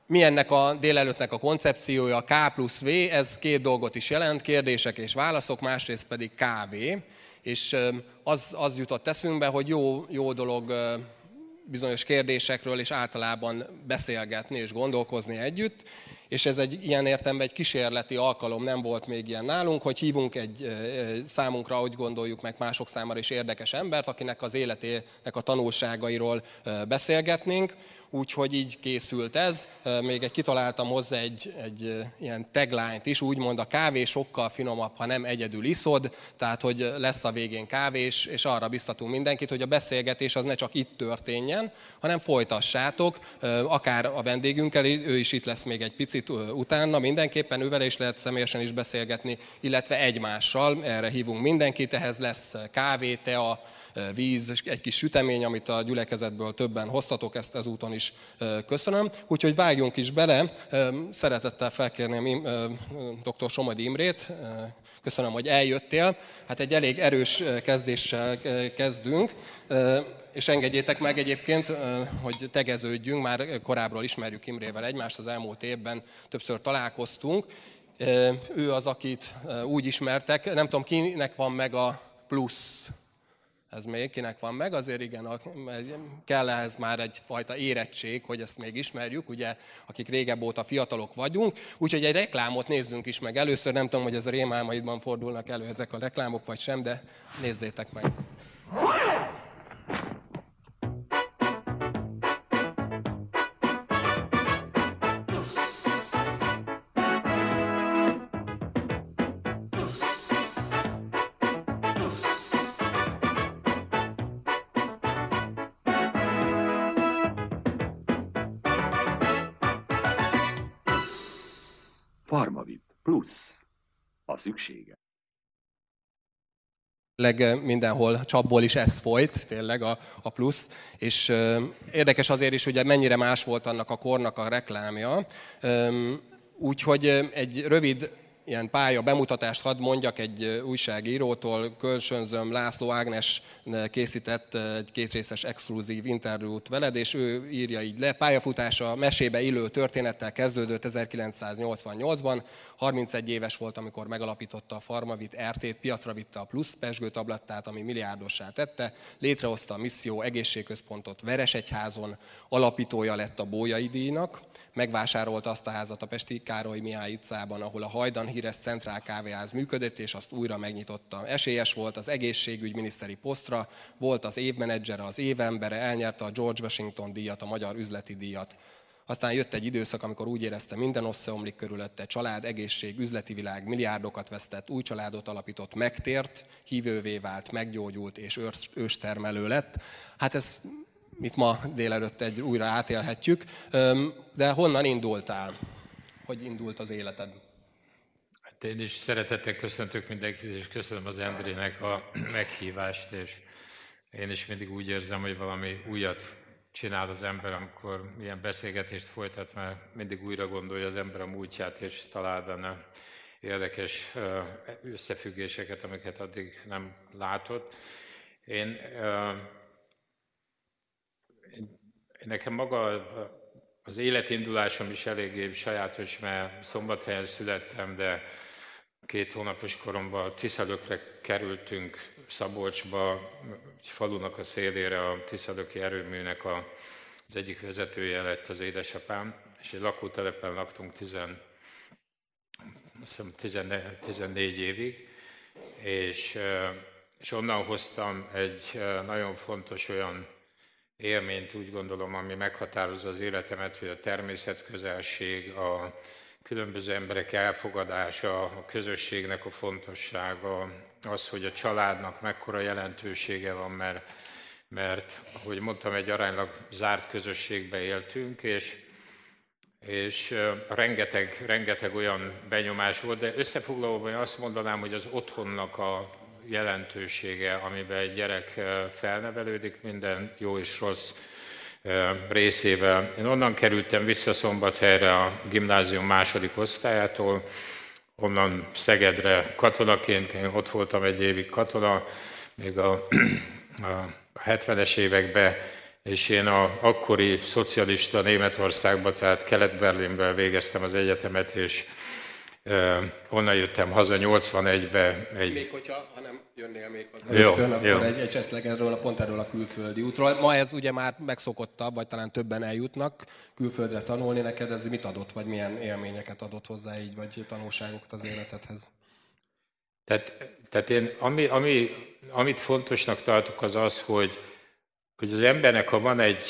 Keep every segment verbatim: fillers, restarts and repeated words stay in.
Mi ennek a délelőttnek a koncepciója? A K plusz V, ez két dolgot is jelent, kérdések és válaszok, másrészt pedig kávé. És az, az jutott eszünkbe, hogy jó, jó dolog bizonyos kérdésekről és általában beszélgetni és gondolkozni együtt, és ez egy ilyen értelemben egy kísérleti alkalom, nem volt még ilyen nálunk, hogy hívunk egy számunkra, ahogy gondoljuk meg mások számára is érdekes embert, akinek az életének a tanulságairól beszélgetnénk, úgyhogy így készült ez. Még egy kitaláltam hozzá egy, egy ilyen tagline-t is, úgymond a kávé sokkal finomabb, ha nem egyedül iszod, tehát hogy lesz a végén kávés, és arra biztatunk mindenkit, hogy a beszélgetés az ne csak itt történjen, hanem folytassátok, akár a vendégünkkel, ő is itt lesz még egy picit utána, mindenképpen ővele is lehet személyesen is beszélgetni, illetve egymással, erre hívunk mindenkit, ehhez lesz kávé, tea, víz, egy kis sütemény, amit a gyülekezetből többen hoztatok, ezt ezúton is köszönöm. Úgyhogy vágjunk is bele, szeretettel felkérném dr. Somogyi Imrét, köszönöm, hogy eljöttél. Hát egy elég erős kezdéssel kezdünk, és engedjétek meg egyébként, hogy tegeződjünk, már korábbról ismerjük Imrével egymást, az elmúlt évben többször találkoztunk. Ő az, akit úgy ismertek, nem tudom, kinek van meg a plusz. Ez még kinek van meg, azért igen, kell ehhez már egyfajta érettség, hogy ezt még ismerjük, ugye, akik régebb óta fiatalok vagyunk. Úgyhogy egy reklámot nézzünk is meg először, nem tudom, hogy ez a rémálmaidban fordulnak elő ezek a reklámok, vagy sem, de nézzétek meg. Pharmavit plusz a szüksége. Mindenhol csapból is ez folyt, tényleg a, a plusz, és euh, érdekes azért is, hogy mennyire más volt annak a kornak a reklámja, um, úgyhogy egy rövid ilyen pálya bemutatást hadd mondjak egy újságírótól, kölcsönzöm, László Ágnes készített egy kétrészes exkluzív interjút veled, és ő írja így le, pályafutása mesébe illő történettel kezdődött ezerkilencszáznyolcvannyolcban, harmincegy éves volt, amikor megalapította a Pharmavit er té-t, piacra vitte a plusz pezsgőtablettát, ami milliárdossá tette, létrehozta a Misszió egészségközpontot Veresegyházon, alapítója lett a Bolyai díjnak, megvásárolta azt a házat a pesti Károly Mihály utcában, ahol a hajdan híres Centrál kávéház működött, és azt újra megnyitotta. Esélyes volt az egészségügyminiszteri posztra, volt az évmenedzsere, az évembere, elnyerte a George Washington díjat, a Magyar Üzleti díjat. Aztán jött egy időszak, amikor úgy érezte, minden összeomlik körülötte, család, egészség, üzleti világ, milliárdokat vesztett, új családot alapított, megtért, hívővé vált, meggyógyult és őstermelő lett. Hát ez mit ma délelőtt egy újra átélhetjük, de honnan indultál? Hogy indult az életed? Hát én is szeretettel köszöntök mindenkit, és köszönöm az Endrének a meghívást, és én is mindig úgy érzem, hogy valami újat csinál az ember, amikor ilyen beszélgetést folytat, mert mindig újra gondolja az ember a múltját, és talál benne érdekes összefüggéseket, amiket addig nem látott. Én, én nekem maga az életindulásom is eléggé sajátos, mert Szombathelyen születtem, de két hónapos koromban Tiszalökre kerültünk, Szabolcsba, egy falunak a szélére, a Tiszalöki erőműnek a, az egyik vezetője lett az édesapám, és egy lakótelepen laktunk tizen, tizennégy évig, és, és onnan hoztam egy nagyon fontos olyan élményt, úgy gondolom, ami meghatározza az életemet, hogy a természetközelség, a különböző emberek elfogadása, a közösségnek a fontossága, az, hogy a családnak mekkora jelentősége van, mert, mert ahogy mondtam, egy aránylag zárt közösségbe éltünk, és, és rengeteg, rengeteg olyan benyomás volt, de összefoglalóban azt mondanám, hogy az otthonnak a jelentősége, amiben egy gyerek felnevelődik, minden jó és rossz részével. Én onnan kerültem vissza Szombathelyre a gimnázium második osztályától, onnan Szegedre katonaként, én ott voltam egy évig katona, még a, a hetvenes években és én a akkori szocialista Németországban, tehát Kelet-Berlinben végeztem az egyetemet, és uh, onnan jöttem haza nyolcvanegybe. Egy... Még hogyha, ha nem jönnél még haza rögtön, akkor jó. egy esetleg erről, pont erről a külföldi útról. Ma ez ugye már megszokottabb, vagy talán többen eljutnak külföldre tanulni. Neked ez mit adott, vagy milyen élményeket adott hozzá így, vagy tanulságokat az életedhez? Tehát, tehát én, ami, ami, amit fontosnak tartok, az az, hogy, hogy az embernek, ha van egy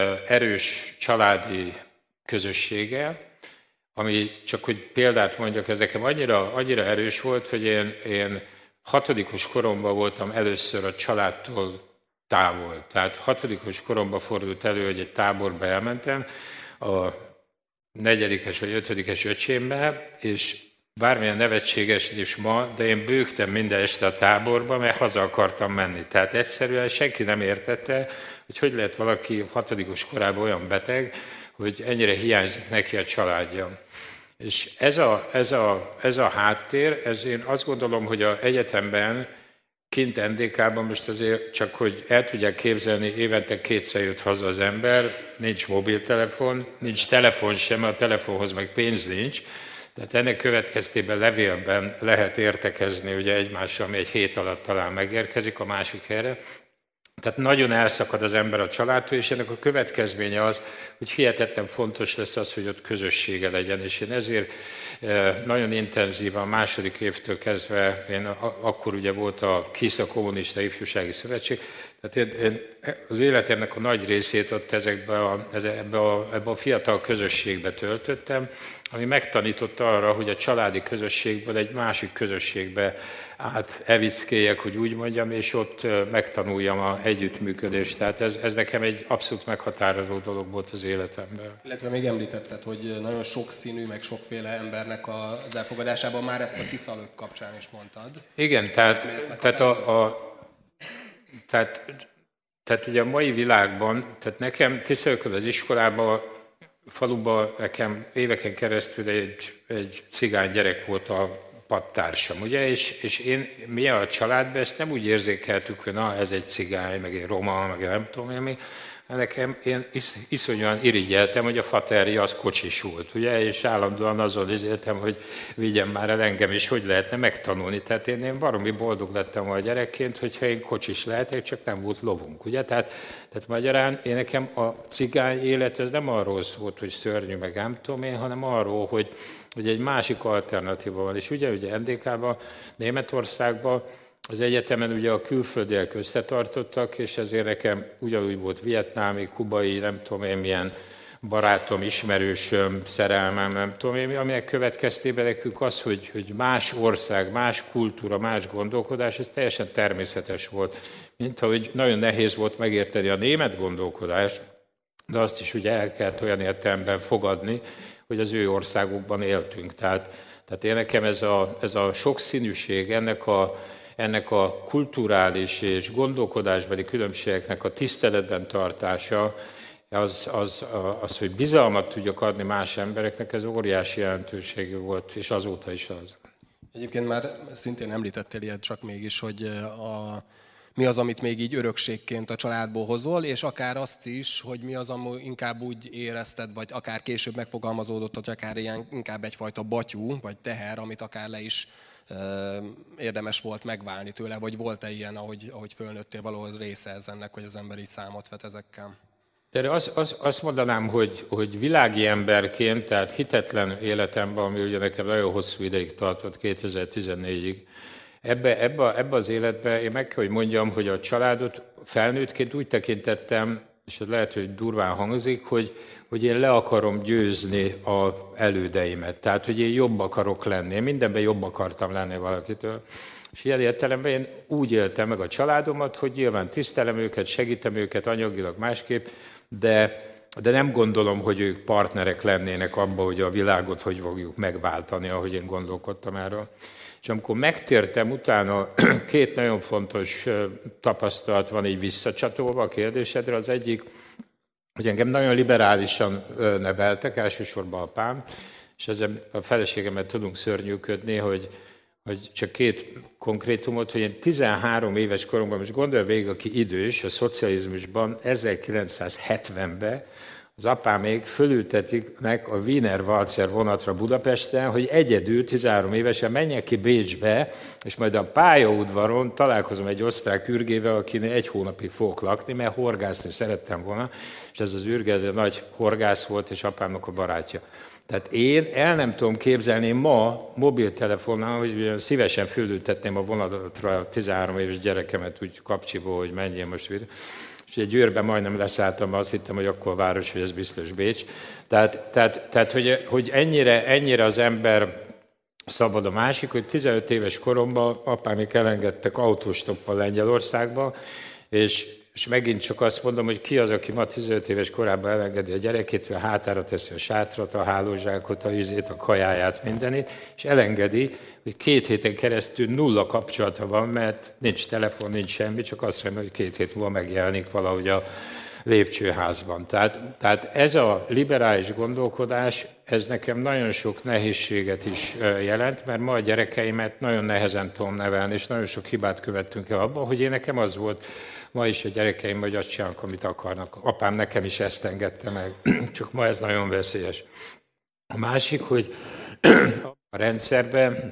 erős családi közössége, ami csak hogy példát mondjak, ez nekem annyira, annyira erős volt, hogy én, én hatodikos koromban voltam először a családtól távol. Tehát hatodikos koromban fordult elő, hogy egy táborba elmentem, a negyedikes vagy ötödikes öcsémmel, és bármilyen nevetséges is ma, de én bőgtem minden este a táborba, mert haza akartam menni. Tehát egyszerűen senki nem értette, hogy hogy lehet valaki hatodikos korában olyan beteg, hogy ennyire hiányzik neki a családja. És ez a, ez a, ez a háttér, ez én azt gondolom, hogy az egyetemben, kint en dé ká-ban most azért csak, hogy el tudják képzelni, évente kétszer jött haza az ember, nincs mobiltelefon, nincs telefon sem, a telefonhoz meg pénz nincs, tehát ennek következtében levélben lehet értekezni ugye egymással, ami egy hét alatt talán megérkezik a másik helyre. Tehát nagyon elszakad az ember a családtól, és ennek a következménye az, hogy hihetetlen fontos lesz az, hogy ott közössége legyen. És én ezért nagyon intenzívan a második évtől kezdve, én akkor ugye volt a KISZ, a Kommunista Ifjúsági Szövetség, tehát én, én az életemnek a nagy részét ott ezekbe a, ebbe, a, ebbe a fiatal közösségbe töltöttem, ami megtanította arra, hogy a családi közösségből egy másik közösségbe át evickéljek, hogy úgy mondjam, és ott megtanuljam az együttműködést. Tehát ez, ez nekem egy abszolút meghatározó dolog volt az életemben. Illetve még említetted, hogy nagyon sokszínű, meg sokféle embernek az elfogadásában már ezt a kiszalők kapcsán is mondtad. Igen, tehát, tehát a, a Tehát, tehát ugye a mai világban, tehát nekem Tiszalökön az iskolában, faluban nekem éveken keresztül egy, egy cigány gyerek volt a padtársam, ugye, és, és én, mi a családban ezt nem úgy érzékeltük, hogy na, ez egy cigány, meg egy roma, meg nem tudom én mi, nekem én isz, iszonyúan irigyeltem, hogy a faterji az kocsis volt, ugye, és állandóan azon izéltem, hogy vigyen már el engem, és hogy lehetne megtanulni. Tehát én, én baromi boldog lettem a gyerekként, hogyha én kocsis lehetek, csak nem volt lovunk, ugye. Tehát, tehát magyarán én nekem a cigány élet, ez nem arról szólt, hogy szörnyű, meg nem tudom én, hanem arról, hogy, hogy egy másik alternatíva van. És ugye, ugye en dé ká-ban, Németországban, az egyetemen ugye a külföldiek összetartottak, és ezért nekem ugyanúgy volt vietnámi, kubai, nem tudom én milyen barátom, ismerősöm, szerelmem, nem tudom én mi, aminek következtében nekünk az, hogy, hogy más ország, más kultúra, más gondolkodás, ez teljesen természetes volt. Mint ahogy nagyon nehéz volt megérteni a német gondolkodást, de azt is ugye el kellett olyan értelemben fogadni, hogy az ő országukban éltünk. Tehát, tehát én nekem ez a, ez a sokszínűség, ennek a ennek a kulturális és gondolkodásbeli különbségeknek a tiszteletben tartása, az, az, az, hogy bizalmat tudjak adni más embereknek, ez óriási jelentőségű volt, és azóta is az. Egyébként már szintén említettél ilyet, csak mégis, hogy a, mi az, amit még így örökségként a családból hozol, és akár azt is, hogy mi az, ami inkább úgy érezted, vagy akár később megfogalmazódott, hogy akár ilyen, inkább egyfajta batyú, vagy teher, amit akár le is érdemes volt megválni tőle, vagy volt-e ilyen, ahogy, ahogy fölnőttél, valahol része ez ennek, hogy az ember így számot vet ezekkel? De az, az, azt mondanám, hogy, hogy világi emberként, tehát hitetlen életemben, ami ugye nekem nagyon hosszú ideig tartott, kétezer-tizennégyig, ebbe, ebbe, ebbe az életbe én meg kell, hogy mondjam, hogy a családot felnőttként úgy tekintettem, és ez lehet, hogy durván hangzik, hogy, hogy én le akarom győzni az elődeimet. Tehát, hogy én jobb akarok lenni. Én mindenben jobb akartam lenni valakitől. És ilyen értelemben én úgy éltem meg a családomat, hogy nyilván tisztelem őket, segítem őket anyagilag másképp, de, de nem gondolom, hogy ők partnerek lennének abban, hogy a világot hogy fogjuk megváltani, ahogy én gondolkodtam erről. És amikor megtértem utána, két nagyon fontos tapasztalat van így visszacsatolva a kérdésedre. Az egyik, hogy engem nagyon liberálisan neveltek, elsősorban apám, és ezzel a feleségemet tudunk szörnyűködni, hogy, hogy csak két konkrétumot, hogy én tizenhárom éves koromban, most gondolj végig, aki idős, a szocializmusban ezerkilencszázhetvenben az apámék fölültetiknek a Wiener Walzer vonatra Budapesten, hogy egyedül tizenhárom évesen menjek ki Bécsbe, és majd a pályaudvaron találkozom egy osztrák ürgével, akinél egy hónapig fogok lakni, mert horgászni szerettem volna, és ez az ürge ez egy nagy horgász volt, és apámnak a barátja. Tehát én el nem tudom képzelni ma mobiltelefonnal, hogy szívesen fölültetném a vonatra a tizenhárom éves gyerekemet úgy kapcsiból, hogy menjél most vissza. És egy Győrben majdnem leszálltam, mert azt hittem, hogy akkor a város, hogy ez biztos Bécs. Tehát, tehát, tehát hogy, hogy ennyire, ennyire az ember szabad. A másik, hogy tizenöt éves koromban apámik elengedtek autóstoppal Lengyelországba, és és megint csak azt mondom, hogy ki az, aki ma tizenöt éves korában elengedi a gyerekét, a hátára teszi a sátrat, a hálózsákot, a izét, a kajáját, mindenit, és elengedi, hogy két héten keresztül nulla kapcsolata van, mert nincs telefon, nincs semmi, csak azt mondja, hogy két hét múlva megjelenik valahogy a lépcsőházban. Tehát, tehát ez a liberális gondolkodás, ez nekem nagyon sok nehézséget is jelent, mert ma a gyerekeimet nagyon nehezen tudom nevelni, és nagyon sok hibát követtünk el abban, hogy én nekem az volt, ma is a gyerekeim, hogy azt csinálnak, amit akarnak. Apám nekem is ezt engedte meg, csak ma ez nagyon veszélyes. A másik, hogy a rendszerben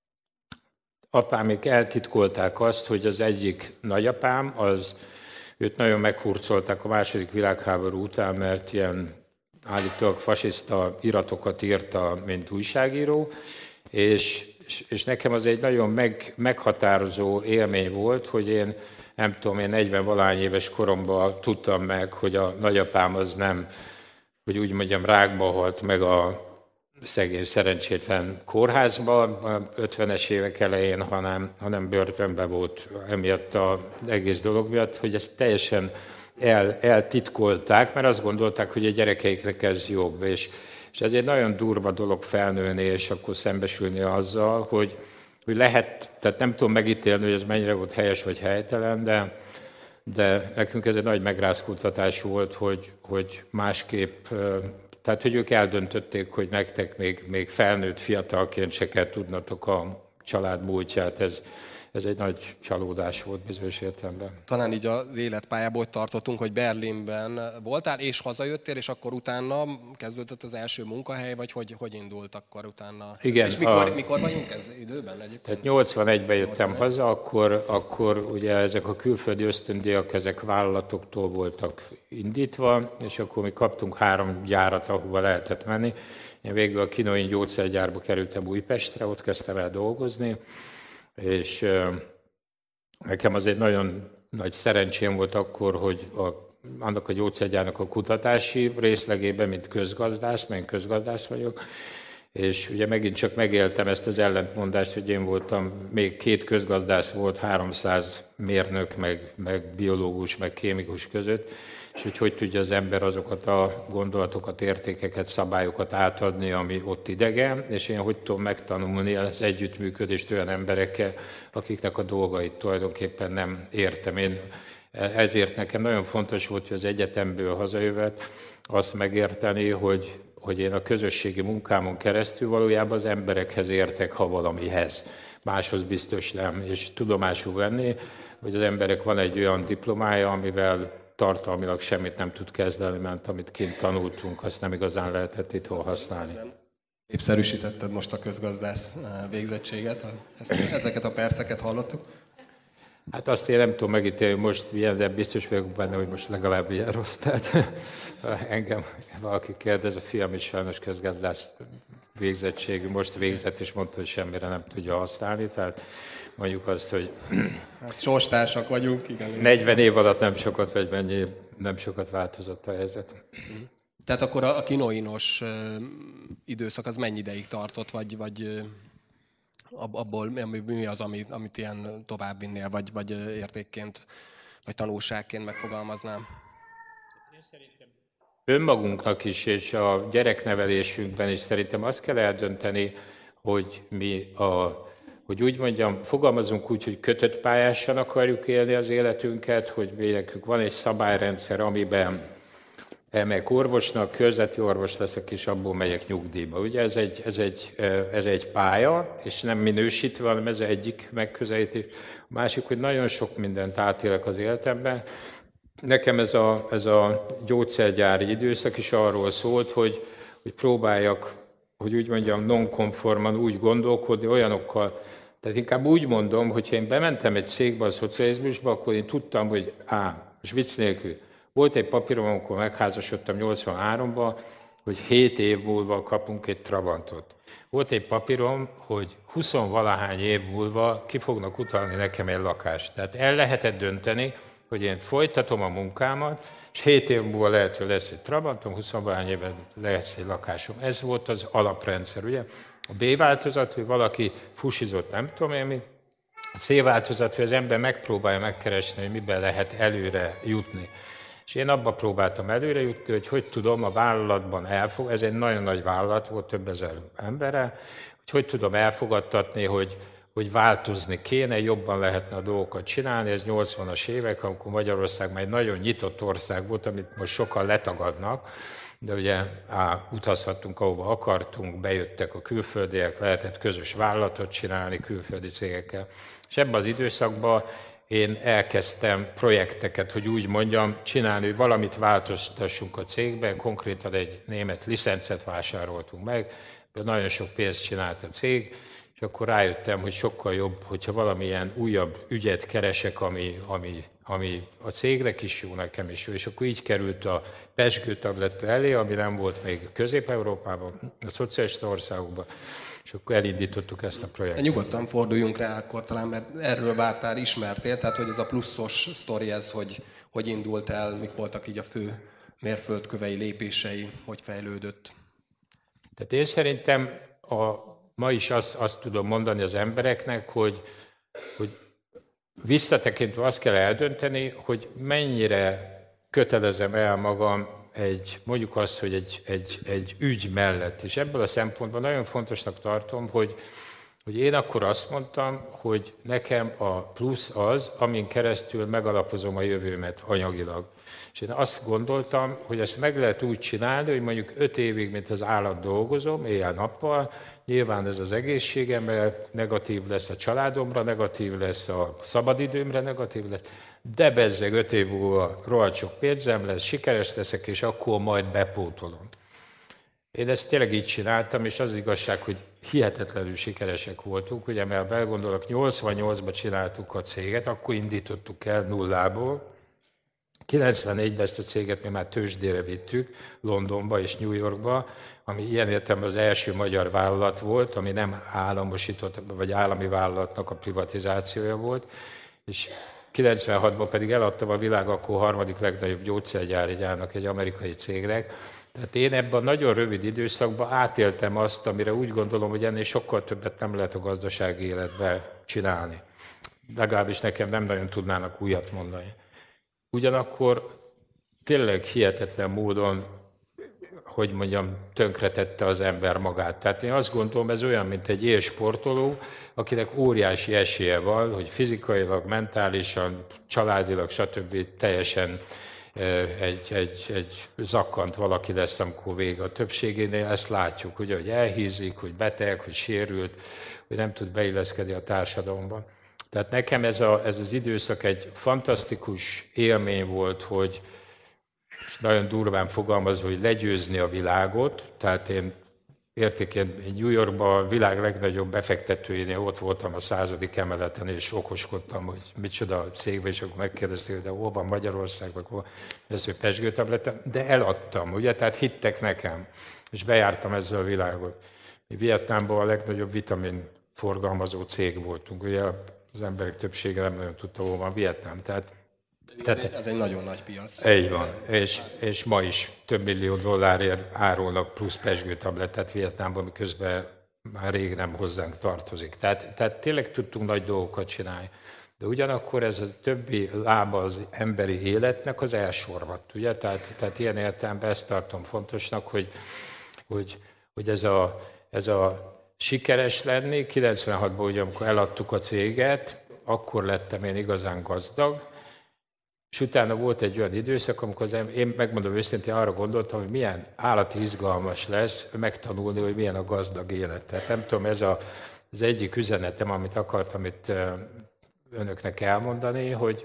apámék eltitkolták azt, hogy az egyik nagyapám, az őt nagyon meghurcolták a második világháború után, mert ilyen állítólag fasiszta iratokat írta, mint újságíró, és, és, és nekem az egy nagyon meg, meghatározó élmény volt, hogy én nem tudom, én negyven-valány éves koromban tudtam meg, hogy a nagyapám az nem, hogy úgy mondjam, rákba halt meg a szegény szerencsétlen kórházban ötvenes évek elején, hanem, hanem börtönben volt emiatt az egész dolog miatt, hogy ezt teljesen el, eltitkolták, mert azt gondolták, hogy a gyerekeiknek ez jobb. És, és ez egy nagyon durva dolog felnőni, és akkor szembesülni azzal, hogy hogy lehet, tehát nem tudom megítélni, hogy ez mennyire volt helyes vagy helytelen, de, de nekünk ez egy nagy megrázkódtatás volt, hogy, hogy másképp, tehát hogy ők eldöntötték, hogy nektek még, még felnőtt fiatalként se kell tudnatok a család múltját, ez, ez egy nagy csalódás volt bizonyos értelemben. Talán így az életpályából tartottunk, hogy Berlinben voltál, és hazajöttél, és akkor utána kezdődött az első munkahely, vagy hogy, hogy indult akkor utána? Igen. És mikor, a, mikor vagyunk ez időben egyébként? Tehát nyolcvanegyben jöttem nyolcvanegy haza, akkor, akkor ugye ezek a külföldi ösztöndíjak, ezek vállalatoktól voltak indítva, és akkor mi kaptunk három gyárat, ahova lehetett menni. Én végül a Kinoin gyógyszergyárba kerültem Újpestre, ott kezdtem el dolgozni, és nekem az egy nagyon nagy szerencsém volt akkor, hogy a, annak a gyógyszergyárnak a kutatási részlegében, mint közgazdász, mert én közgazdász vagyok, és ugye megint csak megéltem ezt az ellentmondást, hogy én voltam, még két közgazdász volt, háromszáz mérnök, meg, meg biológus, meg kémikus között, és hogy hogy tudja az ember azokat a gondolatokat, értékeket, szabályokat átadni, ami ott idegen, és én hogy tudom megtanulni az együttműködést olyan emberekkel, akiknek a dolgait tulajdonképpen nem értem. Én ezért nekem nagyon fontos volt, hogy az egyetemből hazajövet azt megérteni, hogy, hogy én a közösségi munkámon keresztül valójában az emberekhez értek, ha valamihez. Máshoz biztos nem, és tudomásul venni, hogy az emberek van egy olyan diplomája, amivel tartalmilag semmit nem tud kezdeni, mert amit kint tanultunk, azt nem igazán lehetett itthon használni. Népszerűsítetted most a közgazdász végzettséget, ezt, ezeket a perceket hallottuk? Hát azt én nem tudom megítélni most ilyen, de biztos vagyok benne, hogy most legalább ilyen rossz. Tehát engem valaki kérdez, a fiam is sajnos közgazdász végzettségű, most végzett, és mondta, hogy semmire nem tudja használni. Tehát mondjuk azt, hogy hát sorstársak vagyunk, igen. negyven év alatt nem sokat, vagy mennyi, nem sokat változott a helyzet. Tehát akkor a kinoinos időszak az mennyi ideig tartott, vagy, vagy abból mi az, amit, amit ilyen továbbvinnél, vagy, vagy értékként, vagy tanulságként megfogalmaznám? Önmagunknak is, és a gyereknevelésünkben is szerintem azt kell eldönteni, hogy mi a hogy úgy mondjam, fogalmazunk úgy, hogy kötött pályásan akarjuk élni az életünket, hogy nekünk van egy szabályrendszer, amiben elmegyek orvosnak, körzeti orvos leszek, és abból megyek nyugdíjba. Ugye ez egy, ez egy, ez egy pálya, és nem minősítve, hanem ez egyik megközelítés. A másik, hogy nagyon sok mindent átélek az életemben. Nekem ez a, ez a gyógyszergyári időszak is arról szólt, hogy, hogy próbáljak, hogy úgy mondjam, nonkonforman úgy gondolkodni, olyanokkal. Tehát inkább úgy mondom, hogyha én bementem egy cégbe a szocializmusba, akkor én tudtam, hogy á, és vicc nélkül, volt egy papírom, amikor megházasodtam nyolcvanháromban, hogy hét év múlva kapunk egy Trabantot. Volt egy papírom, hogy huszonvalahány év múlva ki fognak utalni nekem egy lakást. Tehát el lehetett dönteni, hogy én folytatom a munkámat, és hét év múlva lehet, hogy lesz egy Trabantom, huszonvalahány évben lesz egy lakásom. Ez volt az alaprendszer, ugye? A B változat, hogy valaki fusizott, nem tudom én mi. A C változat, hogy az ember megpróbálja megkeresni, hogy miben lehet előre jutni. És én abba próbáltam előre jutni, hogy hogy tudom a vállalatban elfog, ez egy nagyon nagy vállalat volt, több ezer emberrel, hogy hogy tudom elfogadtatni, hogy, hogy változni kéne, jobban lehetne a dolgokat csinálni. Ez nyolcvanas évek, amikor Magyarország már egy nagyon nyitott ország volt, amit most sokan letagadnak, de ugye á, utazhattunk, ahova akartunk, bejöttek a külföldiek, lehetett közös vállalatot csinálni külföldi cégekkel. És ebben az időszakban én elkezdtem projekteket, hogy úgy mondjam, csinálni, hogy valamit változtassunk a cégben, konkrétan egy német licencet vásároltunk meg, nagyon sok pénzt csinált a cég, és akkor rájöttem, hogy sokkal jobb, hogyha valamilyen újabb ügyet keresek, ami, ami, ami a cégnek is jó, nekem is jó, és akkor így került a pezsgőtabletta elé, ami nem volt még Közép-Európában, a szocialista országokban, és akkor elindítottuk ezt a projektet. Nyugodtan forduljunk rá akkor talán, mert erről vártál, ismertél, tehát hogy ez a pluszos sztori, ez hogy, hogy indult el, mik voltak így a fő mérföldkövei, lépései, hogy fejlődött? Tehát én szerintem a, ma is azt, azt tudom mondani az embereknek, hogy, hogy visszatekintve azt kell eldönteni, hogy mennyire kötelezem el magam egy, mondjuk azt, hogy egy, egy, egy ügy mellett. És ebből a szempontból nagyon fontosnak tartom, hogy, hogy én akkor azt mondtam, hogy nekem a plusz az, amin keresztül megalapozom a jövőmet anyagilag. És én azt gondoltam, hogy ezt meg lehet úgy csinálni, hogy mondjuk öt évig, mint az állat dolgozom, éjjel-nappal, nyilván ez az egészségemre negatív lesz, a családomra negatív lesz, a szabadidőmre negatív lesz, de bezzeg öt év múlva rohadt sok pénzem lesz, sikeres leszek, és akkor majd bepótolom. Én ezt tényleg így csináltam, és az igazság, hogy hihetetlenül sikeresek voltunk, ugye, mert belgondolok, nyolcvannyolcban csináltuk a céget, akkor indítottuk el nullából, kilencvennégyben ezt a céget mi már tőzsdére vittük, Londonba és New Yorkba, ami ilyen értelemben az első magyar vállalat volt, ami nem államosított, vagy állami vállalatnak a privatizációja volt, és kilencvenhatban pedig eladtam a világ akkor harmadik legnagyobb gyógyszergyári gyárnak, egy amerikai cégnek. Tehát én ebben a nagyon rövid időszakban átéltem azt, amire úgy gondolom, hogy ennél sokkal többet nem lehet a gazdasági életben csinálni. Legalábbis nekem nem nagyon tudnának újat mondani. Ugyanakkor tényleg hihetetlen módon, hogy mondjam, tönkretette az ember magát. Tehát én azt gondolom, ez olyan, mint egy élsportoló, akinek óriási esélye van, hogy fizikailag, mentálisan, családilag, stb. Teljesen egy, egy, egy zakkant valaki lesz, amikor vége. A többségénél ezt látjuk, ugye, hogy elhízik, hogy beteg, hogy sérült, hogy nem tud beilleszkedni a társadalomban. Tehát nekem ez, a, ez az időszak egy fantasztikus élmény volt, hogy és nagyon durván fogalmazva, hogy legyőzni a világot, tehát én értékén New Yorkban a világ legnagyobb befektetőjénél ott voltam a századik emeleten, és okoskodtam, hogy micsoda cégbe, és akkor megkérdezték, hogy de hol van Magyarország, vagy hol ez, hogy pezsgőtabletta, de eladtam, ugye, tehát hittek nekem, és bejártam ezzel a világot. Mi Vietnámban a legnagyobb vitamin forgalmazó cég voltunk, ugye az emberek többsége nem nagyon tudta, hol van Vietnám, tehát Tehát, ez egy nagyon nagy piac. Így van, és, és ma is több millió dollárért árulnak plusz pezsgőtablettát Vietnámban, miközben már rég nem hozzánk tartozik. Tehát, tehát tényleg tudtunk nagy dolgokat csinálni. De ugyanakkor ez a többi lába az emberi életnek az elsorvadt, ugye? Tehát, tehát ilyen értelemben ezt tartom fontosnak, hogy, hogy, hogy ez, a, ez a sikeres lenni. kilencvenhatban, ugye, amikor eladtuk a céget, akkor lettem én igazán gazdag, és utána volt egy olyan időszak, amikor az ember, én megmondom őszintén, arra gondoltam, hogy milyen állati izgalmas lesz megtanulni, hogy milyen a gazdag élet. Tehát nem tudom, ez a, az egyik üzenetem, amit akartam itt önöknek elmondani, hogy,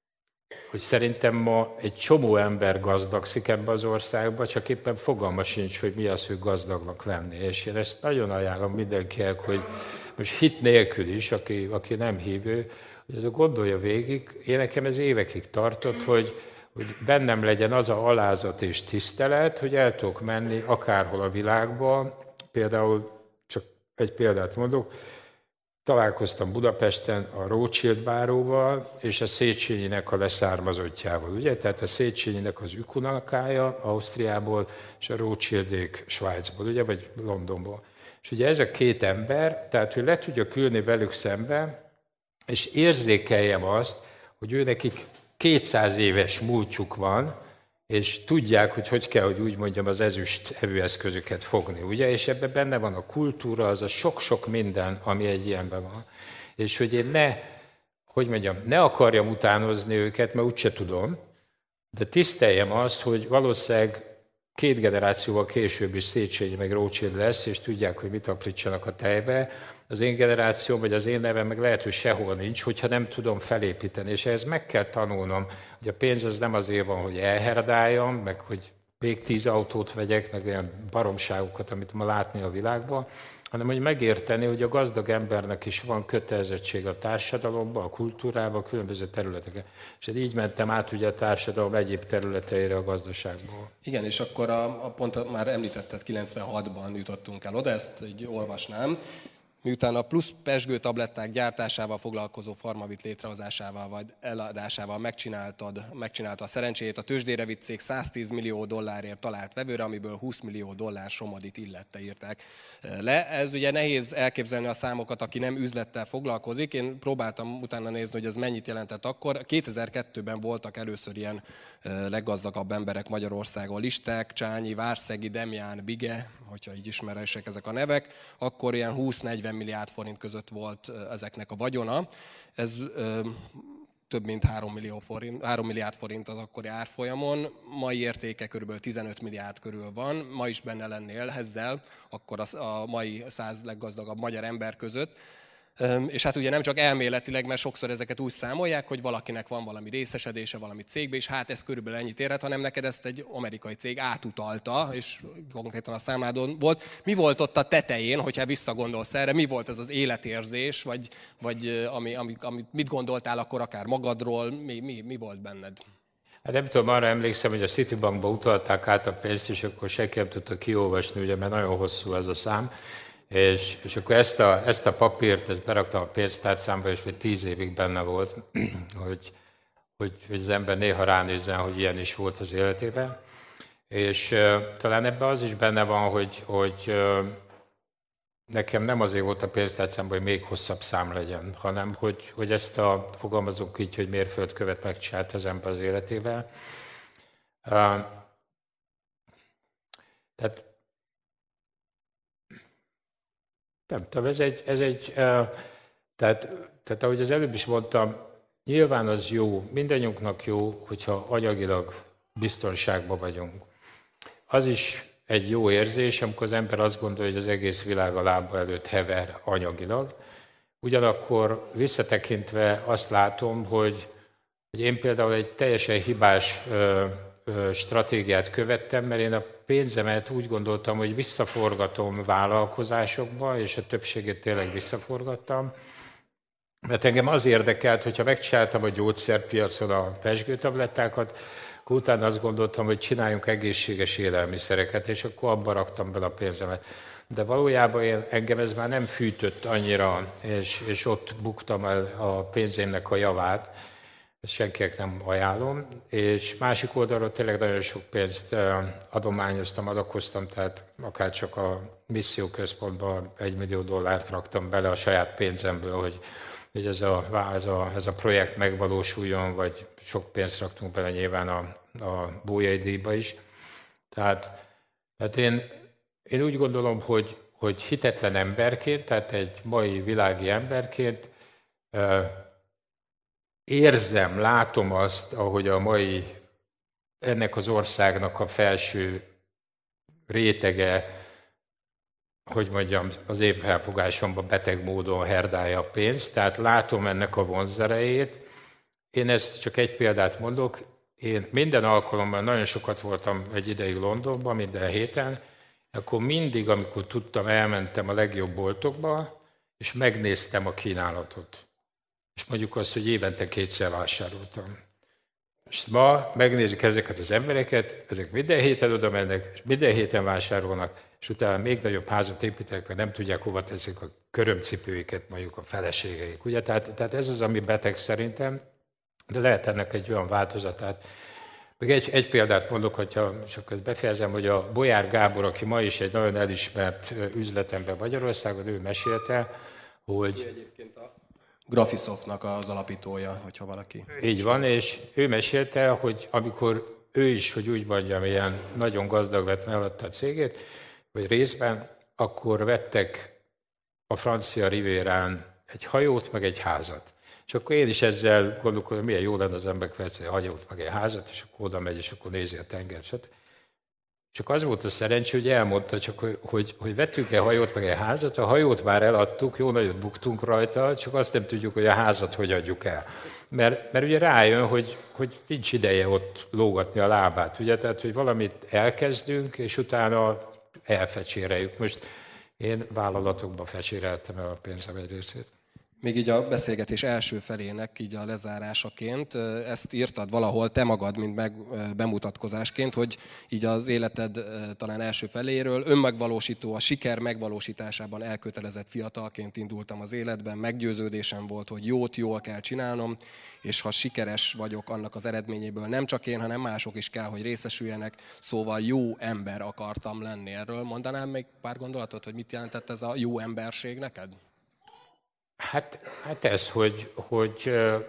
hogy szerintem ma egy csomó ember gazdagszik ebbe az országba, csak éppen fogalma sincs, hogy mi az, hogy gazdagnak lenni. És én ezt nagyon ajánlom mindenkinek, hogy most hit nélkül is, aki, aki nem hívő, hogy ez a gondolja végig. Én nekem ez évekig tartott, hogy, hogy bennem legyen az a alázat és tisztelet, hogy el tudok menni akárhol a világban. Például, csak egy példát mondok, találkoztam Budapesten a Rothschild báróval és a Széchenyinek a leszármazottjával, ugye? Tehát a Széchenyinek az ükunakája Ausztriából, és a Rothschildék Svájcból, ugye? Vagy Londonból. És ugye ez a két ember, tehát hogy le tudjak ülni velük szembe, és érzékeljem azt, hogy ő nekik kétszáz éves múltjuk van, és tudják, hogy hogy kell, hogy úgy mondjam, az ezüst evőeszközöket fogni, ugye? És ebben benne van a kultúra, az a sok-sok minden, ami egy ilyenben van. És hogy én ne, hogy mondjam, ne akarjam utánozni őket, mert úgyse tudom, de tiszteljem azt, hogy valószínűleg két generációval később is Széchenyi meg Rothschild lesz, és tudják, hogy mit aprítsanak a tejbe. Az én generációm, vagy az én nevem meg lehet, hogy sehol nincs, hogyha nem tudom felépíteni. És ehhez meg kell tanulnom, hogy a pénz az nem azért van, hogy elherdáljam, meg hogy még tíz autót vegyek, meg olyan baromságokat, amit ma látni a világban, hanem hogy megérteni, hogy a gazdag embernek is van kötelezettség a társadalomban, a kultúrában, a különböző területeken. És így mentem át ugye a társadalom egyéb területeire a gazdaságból. Igen, és akkor a, a pont már említetted, kilencvenhatban jutottunk el oda, ezt így olvasnám. Miután a plusz pezsgőtabletták gyártásával foglalkozó Pharmavit létrehozásával vagy eladásával megcsináltad, megcsinálta a szerencséjét, a tőzsdére vitt cég száztíz millió dollárért talált vevőre, amiből húsz millió dollár Somadit illette, írták le. Ez ugye nehéz elképzelni a számokat, aki nem üzlettel foglalkozik. Én próbáltam utána nézni, hogy ez mennyit jelentett akkor. kétezer-kettőben voltak először ilyen leggazdagabb emberek Magyarországon, Listák, Csányi, Várszegi, Demján, Bige, hogyha így ismerősek ezek a nevek, akkor ilyen húsz-negyven milliárd forint között volt ezeknek a vagyona. Ez ö, több mint három millió forint, három milliárd forint az akkori árfolyamon, mai értéke kb. tizenöt milliárd körül van, ma is benne lennél ezzel, akkor a, a mai száz leggazdagabb magyar ember között. És hát ugye nem csak elméletileg, mert sokszor ezeket úgy számolják, hogy valakinek van valami részesedése valami cégbe, és hát ez körülbelül ennyit érhet, hanem neked ezt egy amerikai cég átutalta, és konkrétan a számládon volt. Mi volt ott a tetején, hogyha visszagondolsz erre, mi volt ez az életérzés, vagy, vagy ami, ami, ami, mit gondoltál akkor akár magadról, mi, mi, mi volt benned? Hát nem tudom, arra emlékszem, hogy a Citibankba utalták át a pénzt, és akkor senki nem tudta kiolvasni, ugye, mert nagyon hosszú ez a szám. És, és akkor ezt a, ezt a papírt ezt beraktam a pénztárcámba, és vagy tíz évig benne volt, hogy, hogy, hogy az ember néha ránézzen, hogy ilyen is volt az életében. És uh, talán ebben az is benne van, hogy, hogy uh, nekem nem azért volt a pénztárcámban, hogy még hosszabb szám legyen, hanem hogy, hogy ezt a, fogalmazunk így, hogy mérföldkövet megcsinált az ember az életével. Uh, tehát Nem tudom, ez egy, ez egy uh, tehát, tehát ahogy az előbb is mondtam, nyilván az jó, mindannyiunknak jó, hogyha anyagilag biztonságban vagyunk. Az is egy jó érzés, amikor az ember azt gondolja, hogy az egész világ a lába előtt hever anyagilag. Ugyanakkor visszatekintve azt látom, hogy, hogy én például egy teljesen hibás ö, ö, stratégiát követtem, mert én a pénzemet úgy gondoltam, hogy visszaforgatom vállalkozásokba, és a többségét tényleg visszaforgattam. Mert engem az érdekelt, hogyha megcsináltam a gyógyszerpiacon a pezsgőtablettákat, akkor utána azt gondoltam, hogy csináljunk egészséges élelmiszereket, és akkor abba raktam bele a pénzemet. De valójában én, engem ez már nem fűtött annyira, és, és ott buktam el a pénzémnek a javát, ezt senkinek nem ajánlom, és másik oldalról tényleg nagyon sok pénzt adományoztam, adakoztam, tehát akár csak a misszióközpontban egy millió dollárt raktam bele a saját pénzemből, hogy, hogy ez, a, ez, a, ez a projekt megvalósuljon, vagy sok pénzt raktunk bele nyilván a, a Bolyai díjba is. Tehát, tehát én, én úgy gondolom, hogy, hogy hitetlen emberként, tehát egy mai világi emberként, érzem, látom azt, ahogy a mai ennek az országnak a felső rétege, hogy mondjam, az én felfogásomban beteg módon herdálja a pénzt, tehát látom ennek a vonzerejét. Én ezt csak egy példát mondok, én minden alkalommal, nagyon sokat voltam egy ideig Londonban, minden héten, akkor mindig, amikor tudtam, elmentem a legjobb boltokba, és megnéztem a kínálatot. És mondjuk azt, hogy évente kétszer vásároltam. És ma megnézik ezeket az embereket, ezek minden héten oda mennek, és minden héten vásárolnak, és utána még nagyobb házat építenek, mert nem tudják, hova teszik a körömcipőiket, mondjuk a feleségeik. Ugye? Tehát, tehát ez az, ami beteg szerintem, de lehet ennek egy olyan változatát. Még egy, egy példát mondok, hogyha csak ezt befejezem, hogy a Bolyár Gábor, aki ma is egy nagyon elismert üzletember Magyarországon, ő mesélte, hogy... Egyébként a Graphisoftnak az alapítója, hogyha valaki... Így van, és ő mesélte, hogy amikor ő is, hogy úgy mondjam, ilyen nagyon gazdag lett mellette a cégét, vagy részben, akkor vettek a francia rivérán egy hajót, meg egy házat. És akkor én is ezzel gondolkodom, milyen jó lenne az emberek vett egy hajót, meg egy házat, és akkor oda megy, és akkor nézi a tengert. Csak az volt a szerencsé, hogy elmondta, csak, hogy, hogy, hogy vettünk egy hajót, meg egy házat, a hajót már eladtuk, jó nagyot buktunk rajta, csak azt nem tudjuk, hogy a házat hogy adjuk el. Mert, mert ugye rájön, hogy, hogy nincs ideje ott lógatni a lábát, ugye? Tehát, hogy valamit elkezdünk, és utána elfecséreljük. Most én vállalatokba fecséreltem el a pénzem egy részét. Még így a beszélgetés első felének így a lezárásaként, ezt írtad valahol te magad, mint meg, bemutatkozásként, hogy így az életed talán első feléről önmegvalósító, a siker megvalósításában elkötelezett fiatalként indultam az életben, meggyőződésem volt, hogy jót jól kell csinálnom, és ha sikeres vagyok annak az eredményéből, nem csak én, hanem mások is kell, hogy részesüljenek, szóval jó ember akartam lenni. Erről mondanám még pár gondolatot, hogy mit jelentett ez a jó emberség neked? Hát, hát ez, hogy, hogy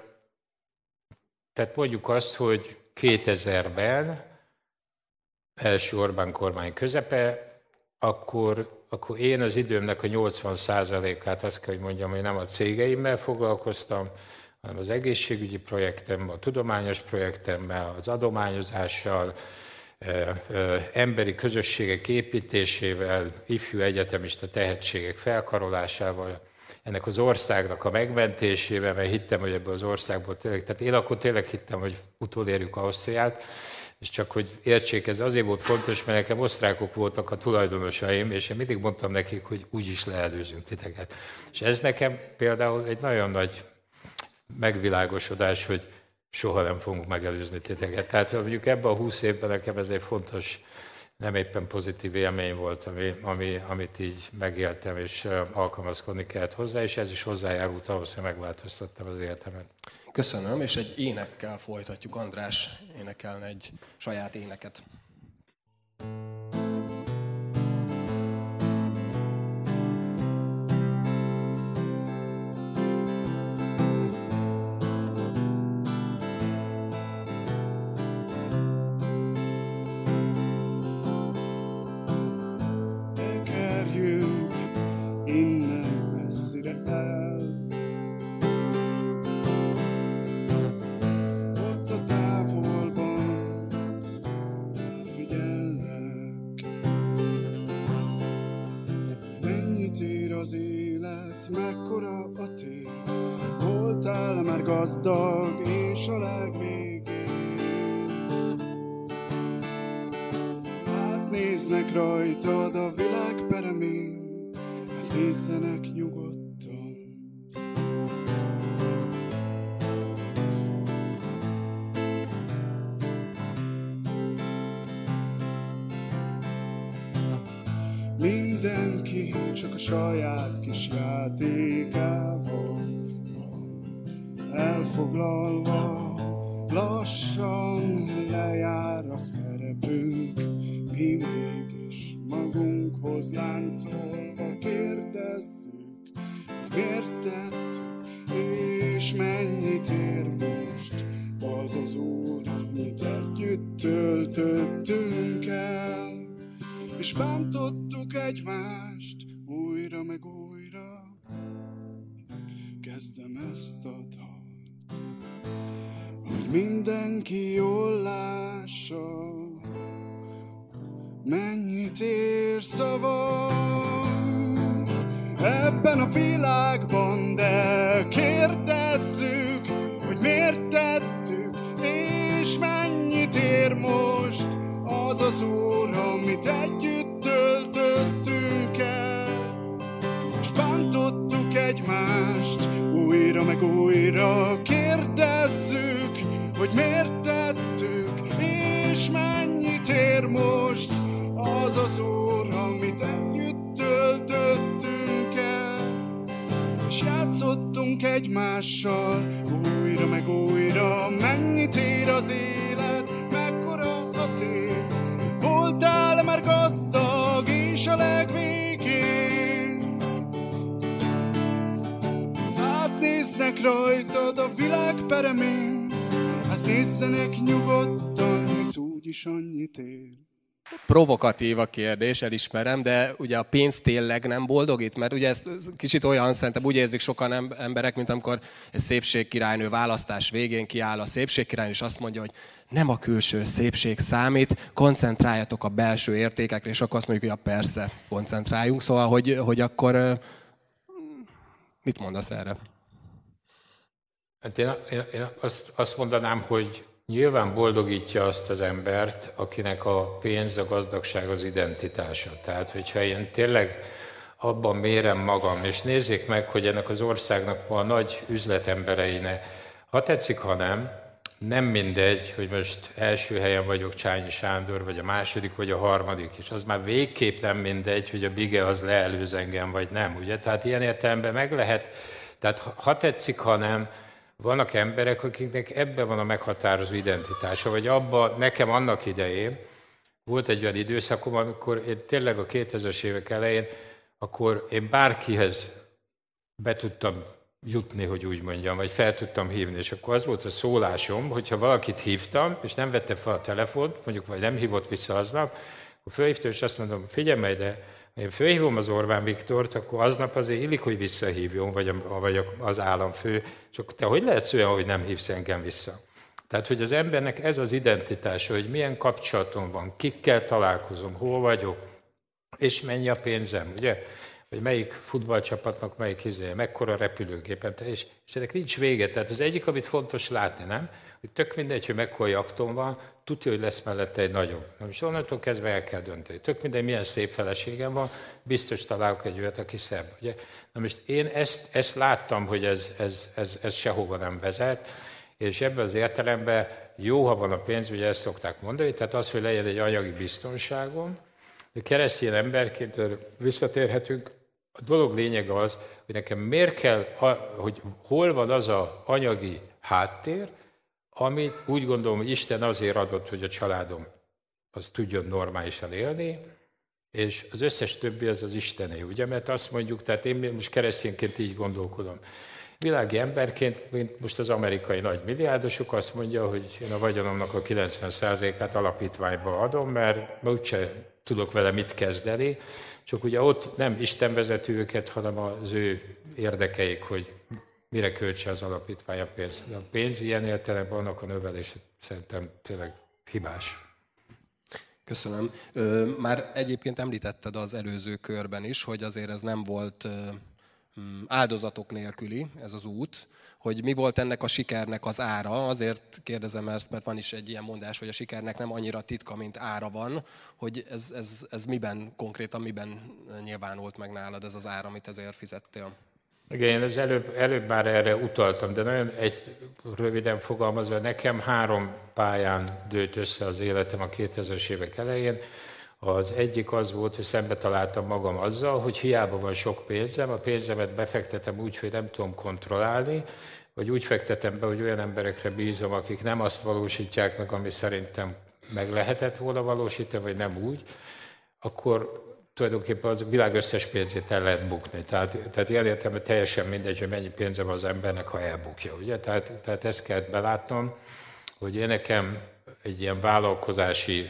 tehát mondjuk azt, hogy kétezerben, első Orbán kormány közepe, akkor, akkor én az időmnek a nyolcvan százalékát azt kell, hogy mondjam, hogy nem a cégeimmel foglalkoztam, hanem az egészségügyi projektemmel, a tudományos projektemmel, az adományozással, emberi közösségek építésével, ifjú egyetemista tehetségek felkarolásával, ennek az országnak a megmentésével, mert hittem, hogy ebből az országból tényleg, tehát én akkor tényleg hittem, hogy utolérjük Ausztriát, és csak hogy értsék, ez azért volt fontos, mert nekem osztrákok voltak a tulajdonosaim, és én mindig mondtam nekik, hogy úgyis leelőzünk titeket. És ez nekem például egy nagyon nagy megvilágosodás, hogy soha nem fogunk megelőzni titeket. Tehát mondjuk ebben a húsz évben nekem ez egy fontos, nem éppen pozitív élmény volt, ami, ami, amit így megéltem, és alkalmazkodni kellett hozzá, és ez is hozzájárult ahhoz, hogy megváltoztattam az életemet. Köszönöm, és egy énekkel folytatjuk. András énekelne egy saját éneket. Gazdag és a legvégén átnéznek rajtad a világ peremén, hát nézzenek nyugodtan. Mindenki csak a saját kis játékával elfoglalva, lassan lejár a szerepünk, mi mégis magunkhoz láncolva kérdezzük, miért tettük, és mennyit ér most az az út, amit együtt töltöttünk el, és bántottuk egymást újra meg újra. Kezdem ezt a dalt. mindenki jól lássa, mennyit ér szavam ebben a világban, de kérdezzük, hogy miért tettük, és mennyit ér most az az óra, amit együtt töltöttünk el, és bántottuk egymást újra meg újra. Kérdezzük, hogy miért tettük, és mennyit ér most az az óra, amit együtt töltöttünk el, és játszottunk egymással újra meg újra. Mennyit ér az élet, mekkora a tét, voltál már gazdag és a legvégén átnéznek rajtad a világ peremén, hát nézzenek nyugodtan, hisz úgyis annyit ér. Provokatív a kérdés, elismerem, de ugye a pénz tényleg nem boldogít? Mert ugye ez kicsit olyan, szerintem úgy érzik sokan emberek, mint amikor egy szépségkirálynő választás végén kiáll a szépségkirálynő, és azt mondja, hogy nem a külső szépség számít, koncentráljatok a belső értékekre, és akkor azt mondjuk, hogy ja, persze, koncentráljunk. Szóval, hogy, hogy akkor mit mondasz erre? Hát én, én, én azt, azt mondanám, hogy nyilván boldogítja azt az embert, akinek a pénz, a gazdagság az identitása. Tehát, hogyha én tényleg abban mérem magam, és nézzék meg, hogy ennek az országnak ma a nagy üzletembereine, ha tetszik, ha nem, nem mindegy, hogy most első helyen vagyok Csányi Sándor, vagy a második, vagy a harmadik, és az már végképp nem mindegy, hogy a Bige az leelőz engem, vagy nem, ugye? Tehát ilyen értelemben meg lehet, tehát ha tetszik, ha nem, vannak emberek, akiknek ebben van a meghatározó identitása, vagy abban nekem annak idején volt egy olyan időszakom, amikor én tényleg a kétezres évek elején, akkor én bárkihez be tudtam jutni, hogy úgy mondjam, vagy fel tudtam hívni, és akkor az volt a szólásom, hogyha valakit hívtam, és nem vette fel a telefont, mondjuk, vagy nem hívott vissza aznap, akkor felhívtam, és azt mondom, figyelj, de én fölhívom az Orbán Viktort, akkor aznap azért illik, hogy visszahívjon, vagy, a, vagy az államfő, és akkor te hogy lehetsz olyan, hogy nem hívsz engem vissza? Tehát, hogy az embernek ez az identitása, hogy milyen kapcsolatom van, kikkel találkozom, hol vagyok, és mennyi a pénzem, ugye? Vagy melyik futballcsapatnak melyik izé, mekkora repülőgépen, és, és ennek nincs vége. Tehát az egyik, amit fontos látni, nem? Hogy tök mindegy, hogy mekkora jaktom van, tudja, hogy lesz mellette egy nagyobb. Na most onnantól kezdve el kell dönteni. Tök mindegy, milyen szép feleségem van, biztos találok egy olyat, aki szebb. Ugye? Na most én ezt, ezt láttam, hogy ez, ez, ez, ez sehova nem vezet, és ebben az értelemben jó, ha van a pénz, ugye ezt szokták mondani, tehát az, hogy legyen egy anyagi biztonságom, hogy keresztény emberként visszatérhetünk, a dolog lényege az, hogy nekem miért kell, hogy hol van az az anyagi háttér, amit úgy gondolom, hogy Isten azért adott, hogy a családom az tudjon normálisan élni, és az összes többi az az Istené, ugye? Mert azt mondjuk, tehát én most keresztényként így gondolkodom. Világi emberként, mint most az amerikai nagy milliárdosok, azt mondja, hogy én a vagyonomnak a kilencven százalékát alapítványba adom, mert úgyse tudok vele mit kezdeni, csak ugye ott nem Isten vezeti őket, hanem az ő érdekeik, hogy mire költse az alapítvány a pénzt. A pénz ilyen értelemben annak a növelése szerintem tényleg hibás. Köszönöm. Már egyébként említetted az előző körben is, hogy azért ez nem volt áldozatok nélküli, ez az út, hogy mi volt ennek a sikernek az ára. Azért kérdezem ezt, mert van is egy ilyen mondás, hogy a sikernek nem annyira titka, mint ára van, hogy ez, ez, ez miben, konkrétan miben nyilvánult meg nálad ez az ára, amit ezért fizettél? Igen, én az előbb, előbb már erre utaltam, de nagyon egy röviden fogalmazva, nekem három pályán dőlt össze az életem a kétezres évek elején. Az egyik az volt, hogy szembe találtam magam azzal, hogy hiába van sok pénzem, a pénzemet befektetem úgy, hogy nem tudom kontrollálni, vagy úgy fektetem be, hogy olyan emberekre bízom, akik nem azt valósítják meg, ami szerintem meg lehetett volna valósítani, vagy nem úgy, akkor tulajdonképpen a világ összes pénzét el lehet bukni. Tehát, tehát ilyen értelemben teljesen mindegy, hogy mennyi pénze van az embernek, ha elbukja. Ugye? Tehát, tehát ezt kell belátnom, hogy én nekem egy ilyen vállalkozási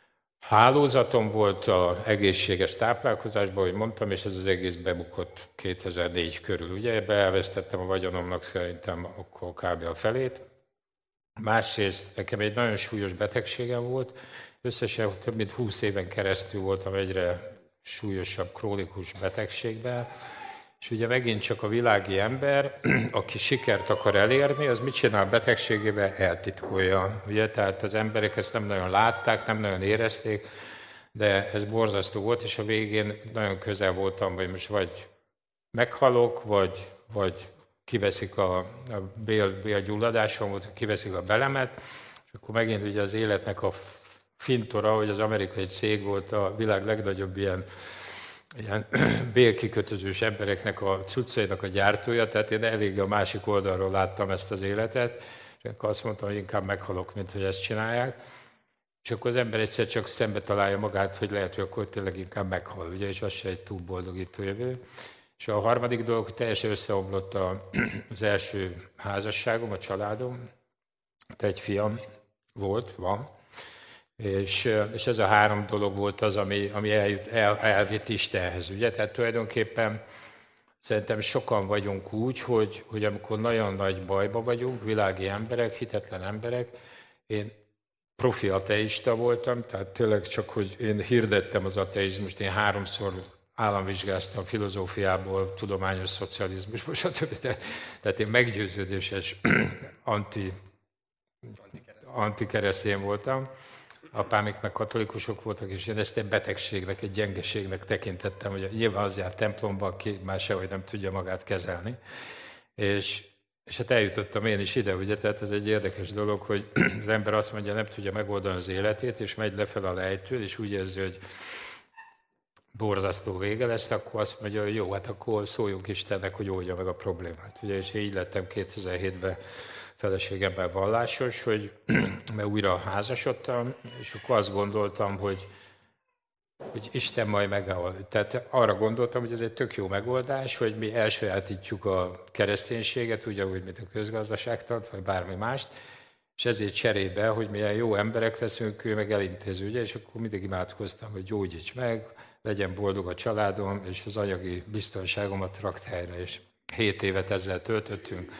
hálózatom volt az egészséges táplálkozásban, ahogy mondtam, és ez az egész bebukott kétezer-négy körül. Ugye ebbe elvesztettem a vagyonomnak szerintem akkor kb. A felét, Másrészt nekem egy nagyon súlyos betegségem volt, összesen több mint húsz éven keresztül voltam egyre súlyosabb krónikus betegségben, és ugye megint csak a világi ember, aki sikert akar elérni, az mit csinál a betegségével? Eltitkolja. Ugye? Tehát az emberek ezt nem nagyon látták, nem nagyon érezték, de ez borzasztó volt, és a végén nagyon közel voltam, hogy most vagy meghalok, vagy, vagy kiveszik a, a bél, bélgyulladásom, vagy kiveszik a belemet, és akkor megint ugye az életnek a fintora, hogy az amerikai cég volt a világ legnagyobb ilyen, ilyen bélkikötözős embereknek a cuccainak a gyártója, tehát én elég a másik oldalról láttam ezt az életet, és akkor azt mondtam, hogy inkább meghalok, mint hogy ezt csinálják. És akkor az ember egyszer csak szembe találja magát, hogy lehet, hogy akkor tényleg inkább meghal, ugye, és az se egy túl boldogító jövő. És a harmadik dolog, hogy teljesen összeomlott az első házasságom, a családom. Egy fiam volt, van. És, és ez a három dolog volt az, ami, ami eljut, el, elvitt Istenhez. Ugye? Tehát tulajdonképpen szerintem sokan vagyunk úgy, hogy, hogy amikor nagyon nagy bajba vagyunk, világi emberek, hitetlen emberek, én profi ateista voltam, tehát tényleg csak, hogy én hirdettem az ateizmust, én háromszor államvizsgáztam filozófiából, tudományos szocializmusból, stb. Tehát én meggyőződéses anti, antikeresztény voltam. Apámik meg katolikusok voltak, és én ezt egy betegségnek, egy gyengeségnek tekintettem, hogy nyilván az jár templomba, aki már sehogy nem tudja magát kezelni. És, és hát eljutottam én is ide, ugye, tehát ez egy érdekes dolog, hogy az ember azt mondja, nem tudja megoldani az életét, és megy lefelé a lejtőn, és úgy érzi, hogy borzasztó vége lesz, akkor azt mondja, hogy jó, hát akkor szóljunk Istennek, hogy oldja meg a problémát. Ugye, és így lettem kétezer-hétben feleségemmel vallásos, hogy mert újra házasodtam, és akkor azt gondoltam, hogy, hogy Isten majd megold. Tehát arra gondoltam, hogy ez egy tök jó megoldás, hogy mi elsajátítjuk a kereszténységet, ugyanúgy, mint a közgazdaságtant, vagy bármi mást, és ezért cserébe, hogy milyen jó emberek leszünk, ő meg elintéző, ugye, és akkor mindig imádkoztam, hogy gyógyíts meg, legyen boldog a családom, és az anyagi biztonságomat rakt helyre, és hét évet ezzel töltöttünk.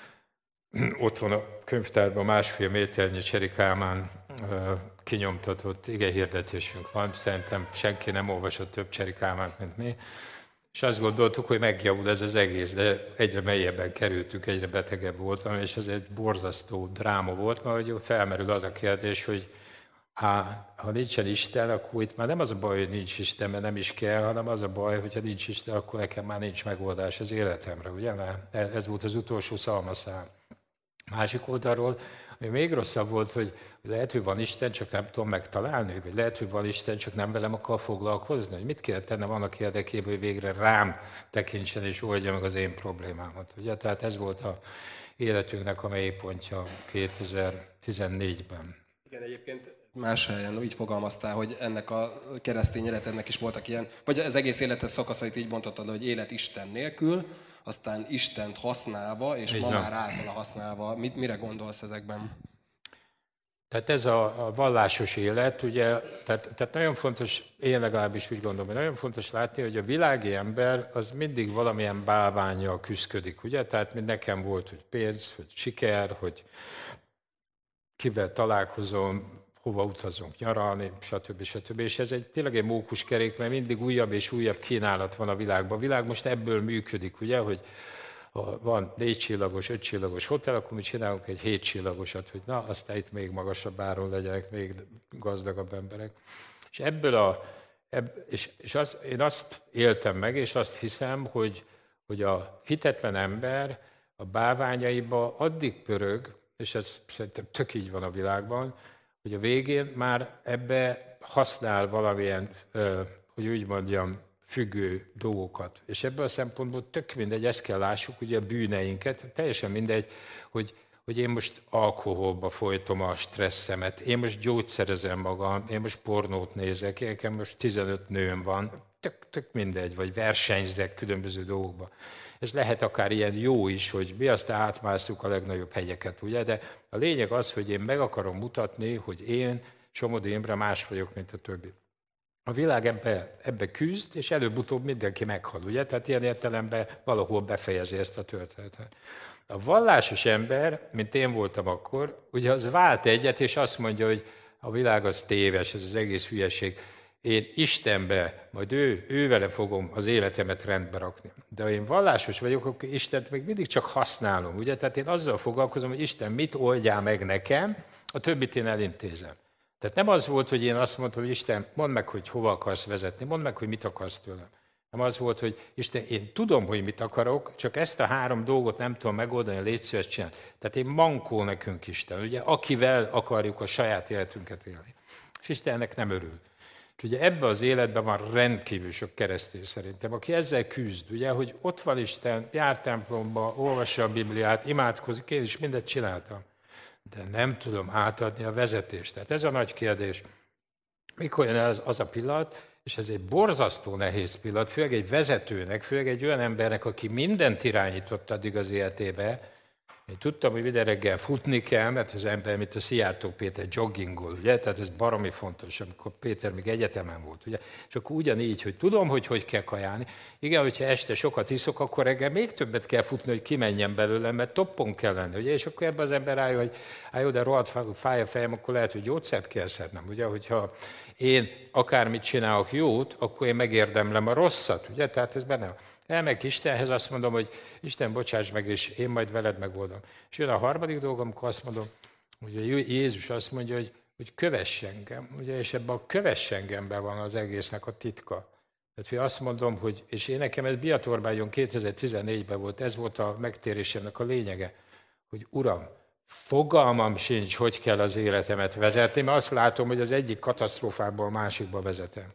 Ott van a könyvtárban másfél méternyi Cseri Kálmán kinyomtatott igehirdetésünk van, szerintem senki nem olvasott több Cseri Kálmánt, mint mi, és azt gondoltuk, hogy megjavul ez az egész, de egyre mélyebben kerültünk, egyre betegebb voltam, és ez egy borzasztó dráma volt, mert hogy felmerül az a kérdés, hogy ha, ha nincsen Isten, akkor itt már nem az a baj, hogy nincs Isten, mert nem is kell, hanem az a baj, hogy ha nincs Isten, akkor nekem már nincs megoldás az életemre, ugye? Mert ez volt az utolsó szalmaszám. Másik oldalról, ami még rosszabb volt, hogy lehet, hogy van Isten, csak nem tudom megtalálni, vagy lehet, hogy van Isten, csak nem velem akar foglalkozni, hogy mit kell tennem annak érdekében, hogy végre rám tekintsen és oldja meg az én problémámat. Ugye? Tehát ez volt az életünknek a mélypontja kétezer-tizennégyben. Igen, egyébként más helyen így fogalmaztál, hogy ennek a keresztény életednek is voltak ilyen, vagy az egész életed szakaszait így mondhatod, hogy élet Isten nélkül, aztán Istent használva, és így ma nem. Már általa használva. Mit, mire gondolsz ezekben? Tehát ez a, a vallásos élet, ugye, tehát, tehát nagyon fontos, én legalábbis úgy gondolom, hogy nagyon fontos látni, hogy a világi ember az mindig valamilyen bálvánnyal küszködik, ugye? Tehát mint nekem volt, hogy pénz, hogy siker, hogy kivel találkozom, hova utazunk nyaralni, stb. stb. És ez egy tényleg egy mókuskerék, mert mindig újabb és újabb kínálat van a világban. A világ most ebből működik, ugye, hogy ha van négy csillagos, öt csillagos hotel, akkor mi csinálunk egy hét csillagosat, hogy na, aztán itt még magasabb áron legyenek, még gazdagabb emberek. És ebből a, ebb, és, és az, én azt éltem meg, és azt hiszem, hogy, hogy a hitetlen ember a bálványaiba addig pörög, és ez szerintem tök így van a világban, hogy a végén már ebbe használ valamilyen, hogy úgy mondjam, függő dolgokat. És ebből a szempontból tök mindegy, ezt kell lássuk, ugye a bűneinket, teljesen mindegy, hogy, hogy én most alkoholba folytom a stresszemet, én most gyógyszerezem magam, én most pornót nézek, nekem most tizenöt nőm van, tök, tök mindegy, vagy versenyzek különböző dolgokba. Ez lehet akár ilyen jó is, hogy mi aztán átmásszuk a legnagyobb hegyeket, ugye? De a lényeg az, hogy én meg akarom mutatni, hogy én, Somodi Imre más vagyok, mint a többi. a világ ebbe, ebbe küzd, és előbb-utóbb mindenki meghal, ugye? Tehát ilyen értelemben valahol befejezi ezt a történetet. A vallásos ember, mint én voltam akkor, ugye az vált egyet, és azt mondja, hogy a világ az téves, ez az egész hülyeség. Én Istenbe, majd ő, ővele fogom az életemet rendbe rakni. De ha én vallásos vagyok, akkor Istent még mindig csak használom, ugye? Tehát én azzal foglalkozom, hogy Isten mit oldjál meg nekem, a többit én elintézem. Tehát nem az volt, hogy én azt mondtam, hogy Isten, mondd meg, hogy hova akarsz vezetni, mondd meg, hogy mit akarsz tőlem. Nem az volt, hogy Isten, én tudom, hogy mit akarok, csak ezt a három dolgot nem tudom megoldani, légy szíves csinálni. Tehát én mankó nekünk Isten, ugye, akivel akarjuk a saját életünket élni. És Isten ennek nem örül. És ugye ebben az életben van rendkívül sok keresztény szerintem, aki ezzel küzd, ugye, hogy ott van Isten, jár templomba, olvassa a Bibliát, imádkozik, én is mindent csináltam. De nem tudom átadni a vezetést. Tehát ez a nagy kérdés. Mikor jön az, az a pillanat, és ez egy borzasztó nehéz pillanat, főleg egy vezetőnek, főleg egy olyan embernek, aki mindent irányított addig az életébe. Én tudtam, hogy minden reggel futni kell, mert az ember, mint a Szijjártó Péter joggingol, ugye? Tehát ez baromi fontos, amikor Péter még egyetemen volt, ugye? És akkor ugyanígy, hogy tudom, hogy hogy kell kajálni. Igen, hogyha este sokat iszok, akkor reggel még többet kell futni, hogy kimenjen belőle, mert toppon kell lenni, ugye? És akkor ebben az ember rájön, hogy á, jó, de rohadt fáj a fejem, akkor lehet, hogy gyógyszert kell szednem, ugye? Hogyha én akármit csinálok jót, akkor én megérdemlem a rosszat, ugye? Tehát ez benne van. Elmegyek Istenhez, azt mondom, hogy Isten, bocsáss meg, és én majd veled megoldom. És jön a harmadik dolgom, amikor azt mondom, hogy Jézus azt mondja, hogy, hogy kövess engem, ugye? És ebben a kövess engemben van az egésznek a titka. Tehát, hogy azt mondom, hogy, és én nekem ez Biatorbágyon kétezer-tizennégyben volt, ez volt a megtérésemnek a lényege, hogy Uram, fogalmam sincs, hogy kell az életemet vezetni, mert azt látom, hogy az egyik katasztrófából a másikba vezetem.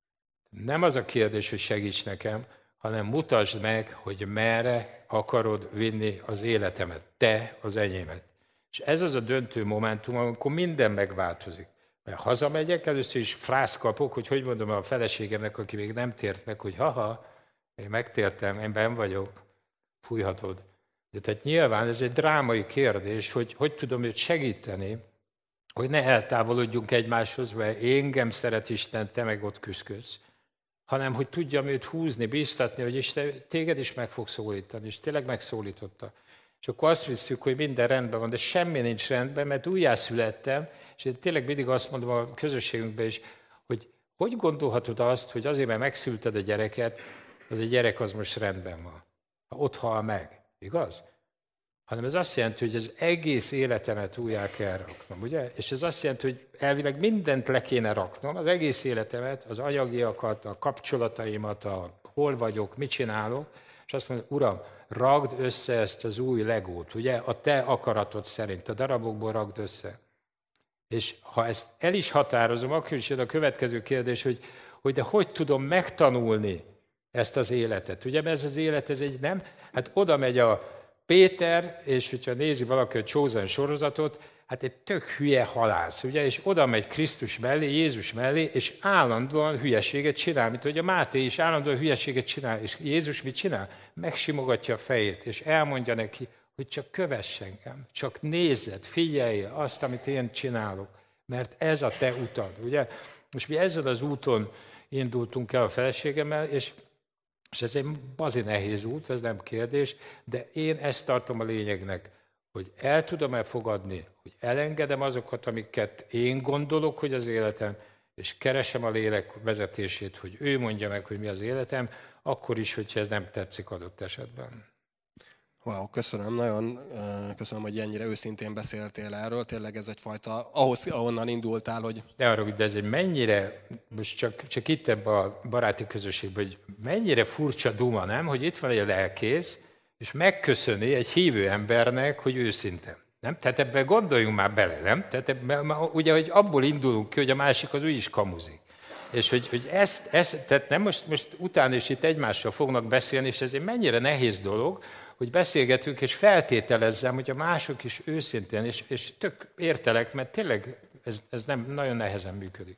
Nem az a kérdés, hogy segíts nekem, hanem mutasd meg, hogy merre akarod vinni az életemet, te az enyémet. És ez az a döntő momentum, amikor minden megváltozik. Mert hazamegyek, először is frász kapok, hogy hogy mondom a feleségemnek, aki még nem tért meg, hogy haha, én megtértem, én benn vagyok, fújhatod. De tehát nyilván ez egy drámai kérdés, hogy hogy tudom őt segíteni, hogy ne eltávolodjunk egymáshoz, mert engem szeret Isten, te meg ott küszködsz, hanem hogy tudjam őt húzni, bíztatni, hogy Isten téged is meg fog szólítani, és tényleg megszólította. És akkor azt hiszük, hogy minden rendben van, de semmi nincs rendben, mert újjászülettem, és én tényleg mindig azt mondom a közösségünkben is, hogy hogy gondolhatod azt, hogy azért, mert megszülted a gyereket, az a gyerek az most rendben van. Ha ott hal meg, igaz? Hanem ez azt jelenti, hogy az egész életemet újjá kell raknom, ugye? És ez azt jelenti, hogy elvileg mindent le kéne raknom, az egész életemet, az anyagiakat, a kapcsolataimat, a hol vagyok, mit csinálok, és azt mondom, Uram, ragd össze ezt az új legót, ugye? A te akaratod szerint, a darabokból ragd össze. És ha ezt el is határozom, akkor is jön a következő kérdés, hogy, hogy de hogy tudom megtanulni ezt az életet? Ugye, mert ez az élet, ez egy nem, hát oda megy a Péter, és hogyha nézi valaki a Chosen sorozatot, hát egy tök hülye halász, ugye, és oda megy Krisztus mellé, Jézus mellé, és állandóan hülyeséget csinál, mint hogy a Máté is állandóan hülyeséget csinál, és Jézus mit csinál? Megsimogatja a fejét, és elmondja neki, hogy csak kövess engem, csak nézzed, figyelj azt, amit én csinálok, mert ez a te utad, ugye? Most mi ezzel az úton indultunk el a feleségemmel, és És ez egy bazi nehéz út, ez nem kérdés, de én ezt tartom a lényegnek, hogy el tudom elfogadni, hogy elengedem azokat, amiket én gondolok, hogy az életem, és keresem a lélek vezetését, hogy ő mondja meg, hogy mi az életem, akkor is, hogyha ez nem tetszik adott esetben. Wow, köszönöm, nagyon köszönöm, hogy ennyire őszintén beszéltél erről. Tényleg ez egyfajta, ahhoz, ahonnan indultál, hogy... De arra, de ez egy mennyire, most csak, csak itt ebben a baráti közösségben, hogy mennyire furcsa duma, nem? Hogy itt van egy lelkész, és megköszöni egy hívő embernek, hogy őszinte. Nem? Tehát ebben gondoljunk már bele, nem? Tehát ebben, ugye, hogy abból indulunk ki, hogy a másik az úgy is kamuzik. És hogy, hogy ezt, ezt, tehát nem most, most utána is itt egymással fognak beszélni, és ez egy mennyire nehéz dolog, hogy beszélgetünk, és feltételezzem, hogy a mások is őszintén, és, és tök értelek, mert tényleg ez, ez nem nagyon nehezen működik.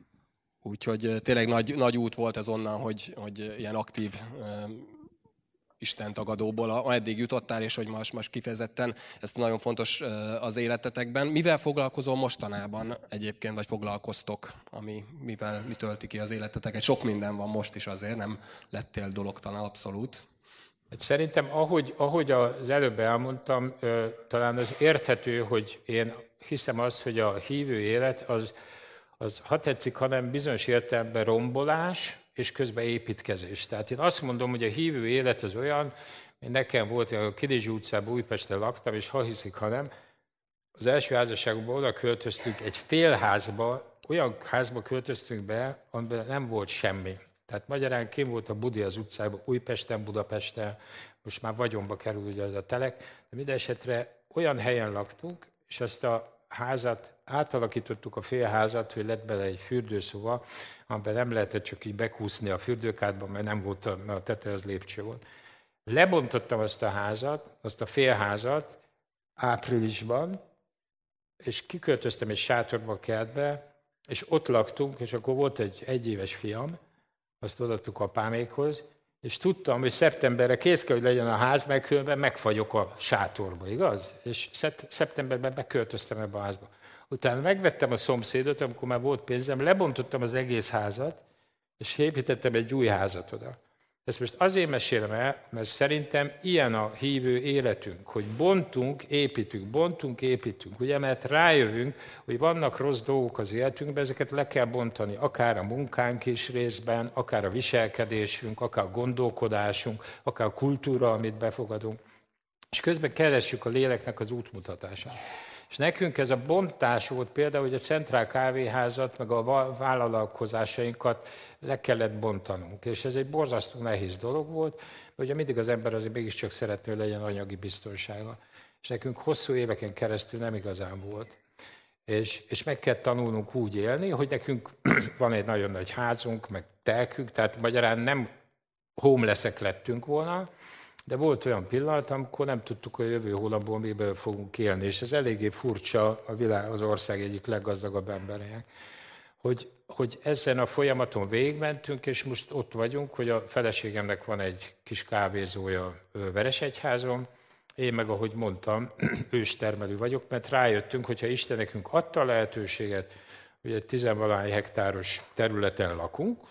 Úgyhogy tényleg nagy, nagy út volt ez onnan, hogy, hogy ilyen aktív Isten tagadóból, a eddig jutottál, és hogy most, most kifejezetten ez nagyon fontos az életetekben. Mivel foglalkozol mostanában egyébként, vagy foglalkoztok, ami, mivel mi tölti ki az életeteket? Sok minden van most is azért, nem lettél dologtalan abszolút. Szerintem, ahogy, ahogy az előbb elmondtam, talán az érthető, hogy én hiszem azt, hogy a hívő élet az, az ha tetszik, hanem bizonyos értelemben rombolás, és közben építkezés. Tehát én azt mondom, hogy a hívő élet az olyan, hogy nekem volt, a Kidézsi utcában Újpesten laktam, és ha hiszik, ha nem, az első házasságban oda költöztünk egy félházba, olyan házba költöztünk be, amiben nem volt semmi. Tehát magyarán kim volt a budi az utcában, Újpesten, Budapesten, most már vagyonba kerül ugye az a telek, de minden esetre olyan helyen laktunk, és ezt a házat átalakítottuk, a félházat, hogy lett bele egy fürdőszoba, amiben nem lehetett csak így bekúszni a fürdőkádban, mert nem volt, mert a tető az lépcső volt. Lebontottam azt a házat, azt a félházat áprilisban, és kiköltöztem egy sátorba a kertbe, és ott laktunk, és akkor volt egy egyéves fiam, azt odaadtuk apámékhoz, és tudtam, hogy szeptemberre kész kell, hogy legyen a ház, meg különben megfagyok a sátorba, igaz? És szeptemberben beköltöztem ebbe a házba. Utána megvettem a szomszédot, amikor már volt pénzem, lebontottam az egész házat, és építettem egy új házat oda. Ezt most azért mesélem el, mert szerintem ilyen a hívő életünk, hogy bontunk, építünk, bontunk, építünk. Ugye, mert rájövünk, hogy vannak rossz dolgok az életünkben, ezeket le kell bontani, akár a munkánk is részben, akár a viselkedésünk, akár a gondolkodásunk, akár a kultúra, amit befogadunk. És közben keressük a léleknek az útmutatását. És nekünk ez a bontás volt például, hogy a Centrál kávéházat, meg a vállalkozásainkat le kellett bontanunk. És ez egy borzasztó nehéz dolog volt, mert ugye mindig az ember azért mégiscsak szeretné, hogy legyen anyagi biztonsága. És nekünk hosszú éveken keresztül nem igazán volt. És, és meg kell tanulnunk úgy élni, hogy nekünk van egy nagyon nagy házunk, meg telkünk, tehát magyarán nem homelessek lettünk volna, de volt olyan pillanat, amikor nem tudtuk, hogy a jövő hónapban miből fogunk élni, és ez eléggé furcsa a világ, az ország egyik leggazdagabb emberének. Hogy, hogy ezen a folyamaton végigmentünk, és most ott vagyunk, hogy a feleségemnek van egy kis kávézója Veresegyházon, én meg, ahogy mondtam, őstermelő vagyok, mert rájöttünk, hogyha Isten nekünk adta a lehetőséget, hogy egy tizenvalahány hektáros területen lakunk,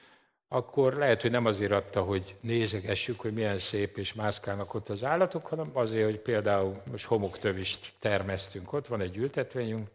akkor lehet, hogy nem azért adta, hogy nézegessük, hogy milyen szép és mászkálnak ott az állatok, hanem azért, hogy például most homoktövist termesztünk. Ott van egy ültetvényünk,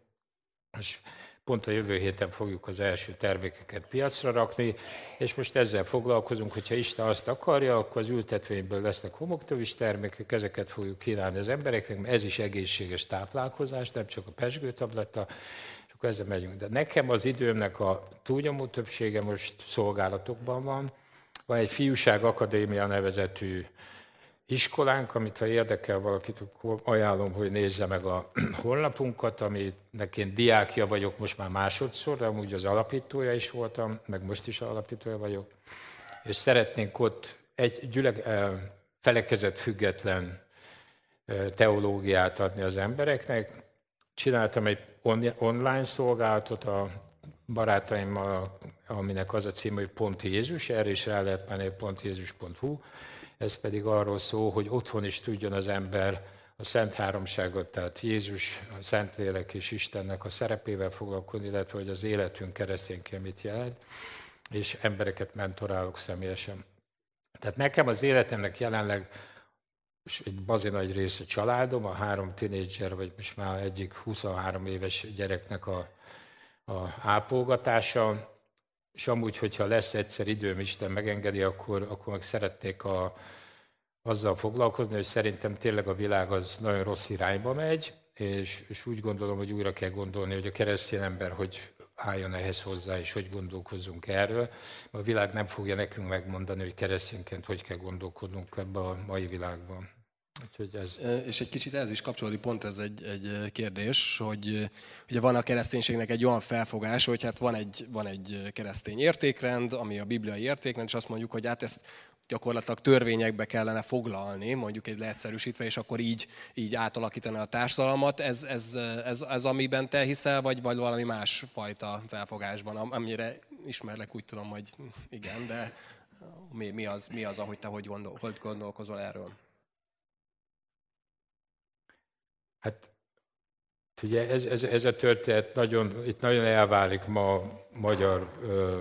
és pont a jövő héten fogjuk az első termékeket piacra rakni, és most ezzel foglalkozunk, hogyha Isten azt akarja, akkor az ültetvényből lesznek homoktövis termékek, ezeket fogjuk kínálni az embereknek, mert ez is egészséges táplálkozás, nem csak a pezsgőtabletta, akkor ezzel megyünk. De nekem az időmnek a túlnyomó többsége most szolgálatokban van. Van egy Fiúság Akadémia nevezetű iskolánk, amit ha érdekel valakit, akkor ajánlom, hogy nézze meg a honlapunkat, aminek én diákja vagyok most már másodszor, de amúgy az alapítója is voltam, meg most is alapítója vagyok. És szeretnénk ott egy gyüleg, felekezett független teológiát adni az embereknek. Csináltam egy on- online szolgálatot a barátaimmal, aminek az a cím, hogy Pont Jézus, erre is rá lehet menni, pont jézus pont hu. Ez pedig arról szól, hogy otthon is tudjon az ember a Szent Háromságot, tehát Jézus, a Szentlélek és Istennek a szerepével foglalkozni, illetve hogy az életünk keresztényként mit jelent, és embereket mentorálok személyesen. Tehát nekem az életemnek jelenleg egy bazi nagy része családom, a három tinédzser, vagy most már egyik huszonhárom éves gyereknek a, a ápolgatása, és amúgy, hogyha lesz egyszer időm, Isten megengedi, akkor, akkor meg szeretnék a, azzal foglalkozni, hogy szerintem tényleg a világ az nagyon rossz irányba megy, és, és úgy gondolom, hogy újra kell gondolni, hogy a keresztény ember hogy álljon ehhez hozzá, és hogy gondolkozzunk erről. A világ nem fogja nekünk megmondani, hogy keresztényként hogy kell gondolkodnunk ebben a mai világban. Ez... És egy kicsit ez is kapcsolódik, pont ez egy, egy kérdés, hogy ugye van a kereszténységnek egy olyan felfogás, hogy hát van egy, van egy keresztény értékrend, ami a bibliai értékrend, és azt mondjuk, hogy hát ezt gyakorlatilag törvényekbe kellene foglalni, mondjuk egy leegyszerűsítve, és akkor így, így átalakítani a társadalmat. Ez, ez, ez, ez amiben te hiszel, vagy, vagy valami más fajta felfogásban, amire ismerlek, úgy tudom, hogy igen, de Mi, mi, az, mi az, ahogy te hogy, gondol, hogy gondolkozol erről? Hát ugye ez, ez, ez a történet nagyon, itt nagyon elválik ma a magyar ö,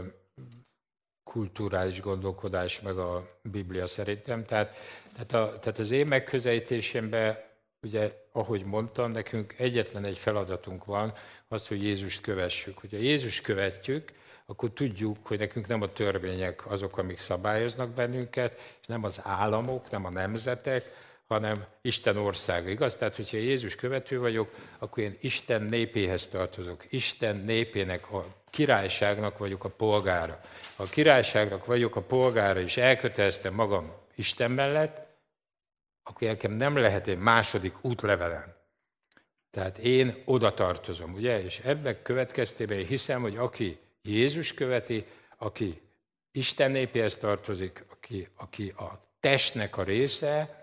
kulturális gondolkodás meg a Biblia szerintem. Tehát, tehát, a, tehát az én megközelítésemben, ugye, ahogy mondtam, nekünk egyetlen egy feladatunk van, az, hogy Jézust kövessük. Hogyha Jézust követjük, akkor tudjuk, hogy nekünk nem a törvények azok, amik szabályoznak bennünket, és nem az államok, nem a nemzetek, hanem Isten országa, igaz? Tehát, hogyha Jézus követő vagyok, akkor én Isten népéhez tartozok. Isten népének, a királyságnak vagyok a polgára. Ha a királyságnak vagyok a polgára, és elköteleztem magam Isten mellett, akkor nekem nem lehet egy második útlevelem. Tehát én oda tartozom, ugye? És ebben következtében én hiszem, hogy aki Jézus követi, aki Isten népéhez tartozik, aki, aki a testnek a része,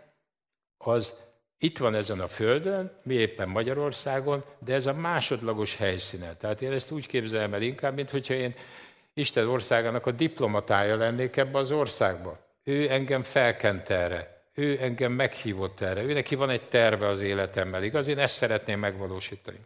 az itt van ezen a földön, mi éppen Magyarországon, de ez a másodlagos helyszíne. Tehát én ezt úgy képzelem el inkább, mint hogyha én Isten országának a diplomatája lennék ebbe az országba. Ő engem felkent erre, ő engem meghívott erre, ő neki van egy terve az életemmel, igaz? Én ezt szeretném megvalósítani.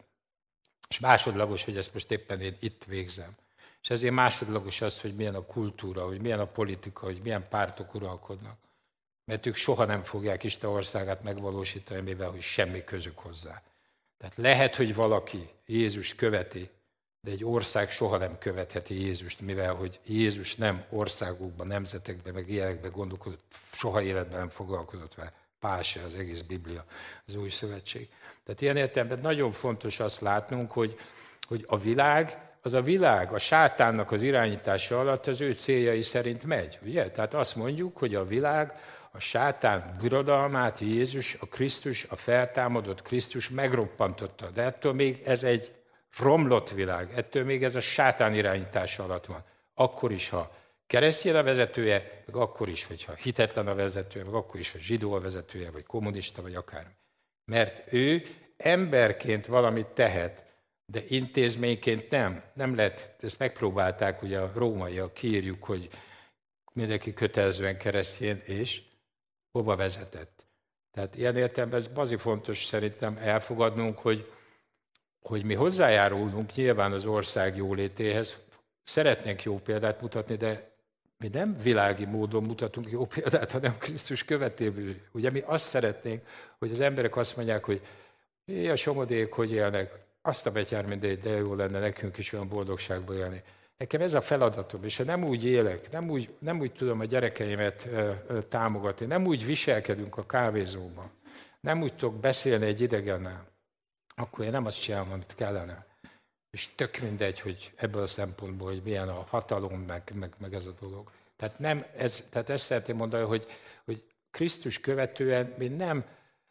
És másodlagos, hogy ezt most éppen én itt végzem. És ezért másodlagos az, hogy milyen a kultúra, hogy milyen a politika, hogy milyen pártok uralkodnak. Mert ők soha nem fogják Isten országát megvalósítani, mivel hogy semmi közük hozzá. Tehát lehet, hogy valaki Jézust követi, de egy ország soha nem követheti Jézust, mivel hogy Jézus nem országokban, nemzetekben, meg ilyenekben gondolkodott, soha életben nem foglalkozott vele. Pál se, az egész Biblia, az Új Szövetség. Tehát ilyen értelemben nagyon fontos azt látnunk, hogy, hogy a világ, az a világ a sátánnak az irányítása alatt az ő céljai szerint megy. Ugye? Tehát azt mondjuk, hogy a világ a sátán birodalmát Jézus, a Krisztus, a feltámadott Krisztus megroppantotta. De ettől még ez egy romlott világ, ettől még ez a sátán irányítása alatt van. Akkor is, ha keresztény a vezetője, meg akkor is, hogyha hitetlen a vezetője, meg akkor is, ha zsidó a vezetője, vagy kommunista, vagy akármi. Mert ő emberként valamit tehet, de intézményként nem. Nem lehet, ezt megpróbálták, ugye a rómaiak, kiírjuk, hogy mindenki kötelezően keresztény, és hova vezetett. Tehát ilyen értelemben ez bazi fontos szerintem elfogadnunk, hogy, hogy mi hozzájárulunk nyilván az ország jólétéhez. Szeretnénk jó példát mutatni, de mi nem világi módon mutatunk jó példát, hanem Krisztus követéből. Ugye mi azt szeretnénk, hogy az emberek azt mondják, hogy a somodék hogy élnek, azt a betyár mindegy, de jó lenne nekünk is olyan boldogságban élni. Nekem ez a feladatom, és ha nem úgy élek, nem úgy, nem úgy tudom a gyerekeimet ö, ö, támogatni, nem úgy viselkedünk a kávézóban, nem úgy tudok beszélni egy idegennel, akkor én nem azt csinálom, amit kellene. És tök mindegy, hogy ebből a szempontból, hogy milyen a hatalom, meg, meg, meg ez a dolog. Tehát, nem ez, tehát ezt szeretném mondani, hogy, hogy Krisztus követően mi nem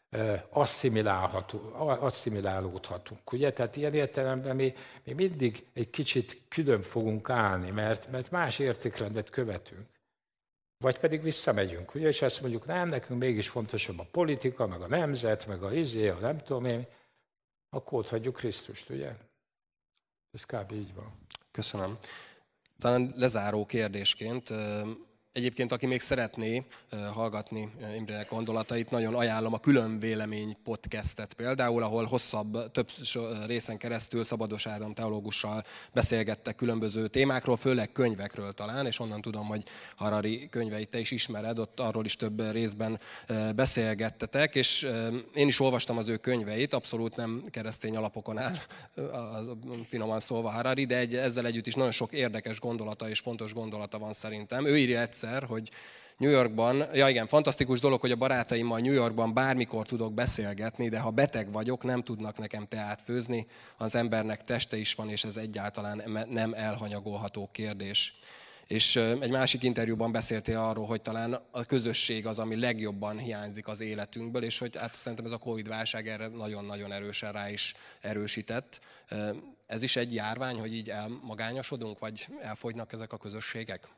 asszimilálódhatunk. Ugye? Tehát ilyen értelemben mi, mi mindig egy kicsit külön fogunk állni, mert, mert más értékrendet követünk. Vagy pedig visszamegyünk. Ugye? És azt mondjuk, nem, nekünk mégis fontosabb a politika, meg a nemzet, meg a izé, a nem tudom én, akkor ott hagyjuk Krisztust, ugye? Ez kb. Így van. Köszönöm. Talán lezáró kérdésként, egyébként, aki még szeretné hallgatni Imrének gondolatait, nagyon ajánlom a Külön Vélemény podcastet például, ahol hosszabb, több részen keresztül Szabados Ádám teológussal beszélgettek különböző témákról, főleg könyvekről talán, és onnan tudom, hogy Harari könyveit te is ismered, ott arról is több részben beszélgettetek, és én is olvastam az ő könyveit, abszolút nem keresztény alapokon áll, finoman szólva Harari, de egy, ezzel együtt is nagyon sok érdekes gondolata és fontos gondolata van szerintem. Ő írja egyszer, hogy New Yorkban, ja igen, fantasztikus dolog, hogy a barátaimmal New Yorkban bármikor tudok beszélgetni, de ha beteg vagyok, nem tudnak nekem teát főzni, az embernek teste is van, és ez egyáltalán nem elhanyagolható kérdés. És egy másik interjúban beszéltél arról, hogy talán a közösség az, ami legjobban hiányzik az életünkből, és hogy hát szerintem ez a Covid-válság erre nagyon-nagyon erősen rá is erősített. Ez is egy járvány, hogy így elmagányosodunk, vagy elfogynak ezek a közösségek?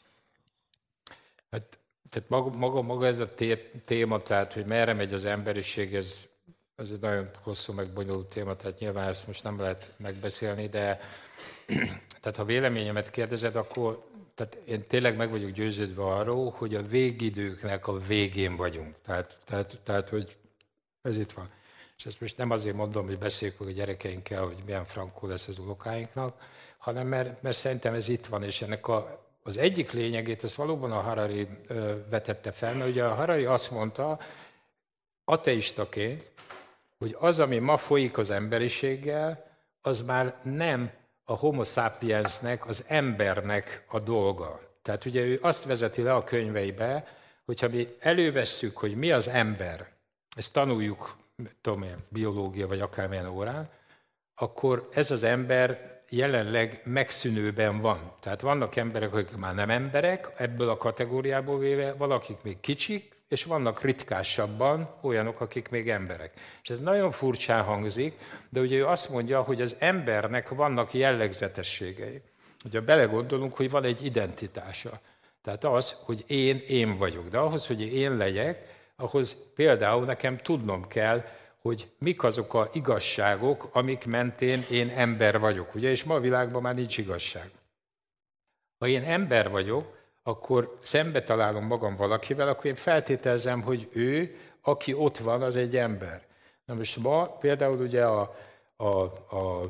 Hát, tehát maga, maga, maga ez a téma, tehát hogy merre megy az emberiség, ez, ez egy nagyon hosszú, meg bonyolult téma, tehát nyilván ezt most nem lehet megbeszélni, de tehát ha véleményemet kérdezed, akkor tehát én tényleg meg vagyok győződve arról, hogy a végidőknek a végén vagyunk. Tehát, tehát, tehát hogy ez itt van. És ezt most nem azért mondom, hogy beszéljük meg a gyerekeinkkel, hogy milyen frankó lesz az unokáinknak, hanem mert, mert szerintem ez itt van, és ennek a, az egyik lényegét, ezt valóban a Harari ö, vetette fel, mert ugye a Harari azt mondta, ateistaként, hogy az, ami ma folyik az emberiséggel, az már nem a homo sapiensnek, az embernek a dolga. Tehát ugye ő azt vezeti le a könyveibe, hogyha mi elővesszük, hogy mi az ember, ezt tanuljuk, tudom én, biológia vagy akármilyen órán, akkor ez az ember jelenleg megszűnőben van. Tehát vannak emberek, akik már nem emberek, ebből a kategóriából véve, valakik még kicsik, és vannak ritkásabban olyanok, akik még emberek. És ez nagyon furcsán hangzik, de ugye ő azt mondja, hogy az embernek vannak jellegzetességei. Ugye belegondolunk, hogy van egy identitása. Tehát az, hogy én, én vagyok. De ahhoz, hogy én legyek, ahhoz például nekem tudnom kell, hogy mik azok az igazságok, amik mentén én ember vagyok. Ugye? És ma a világban már nincs igazság. Ha én ember vagyok, akkor szembe találom magam valakivel, akkor én feltételezem, hogy ő, aki ott van, az egy ember. Na most ma például ugye a, a, a,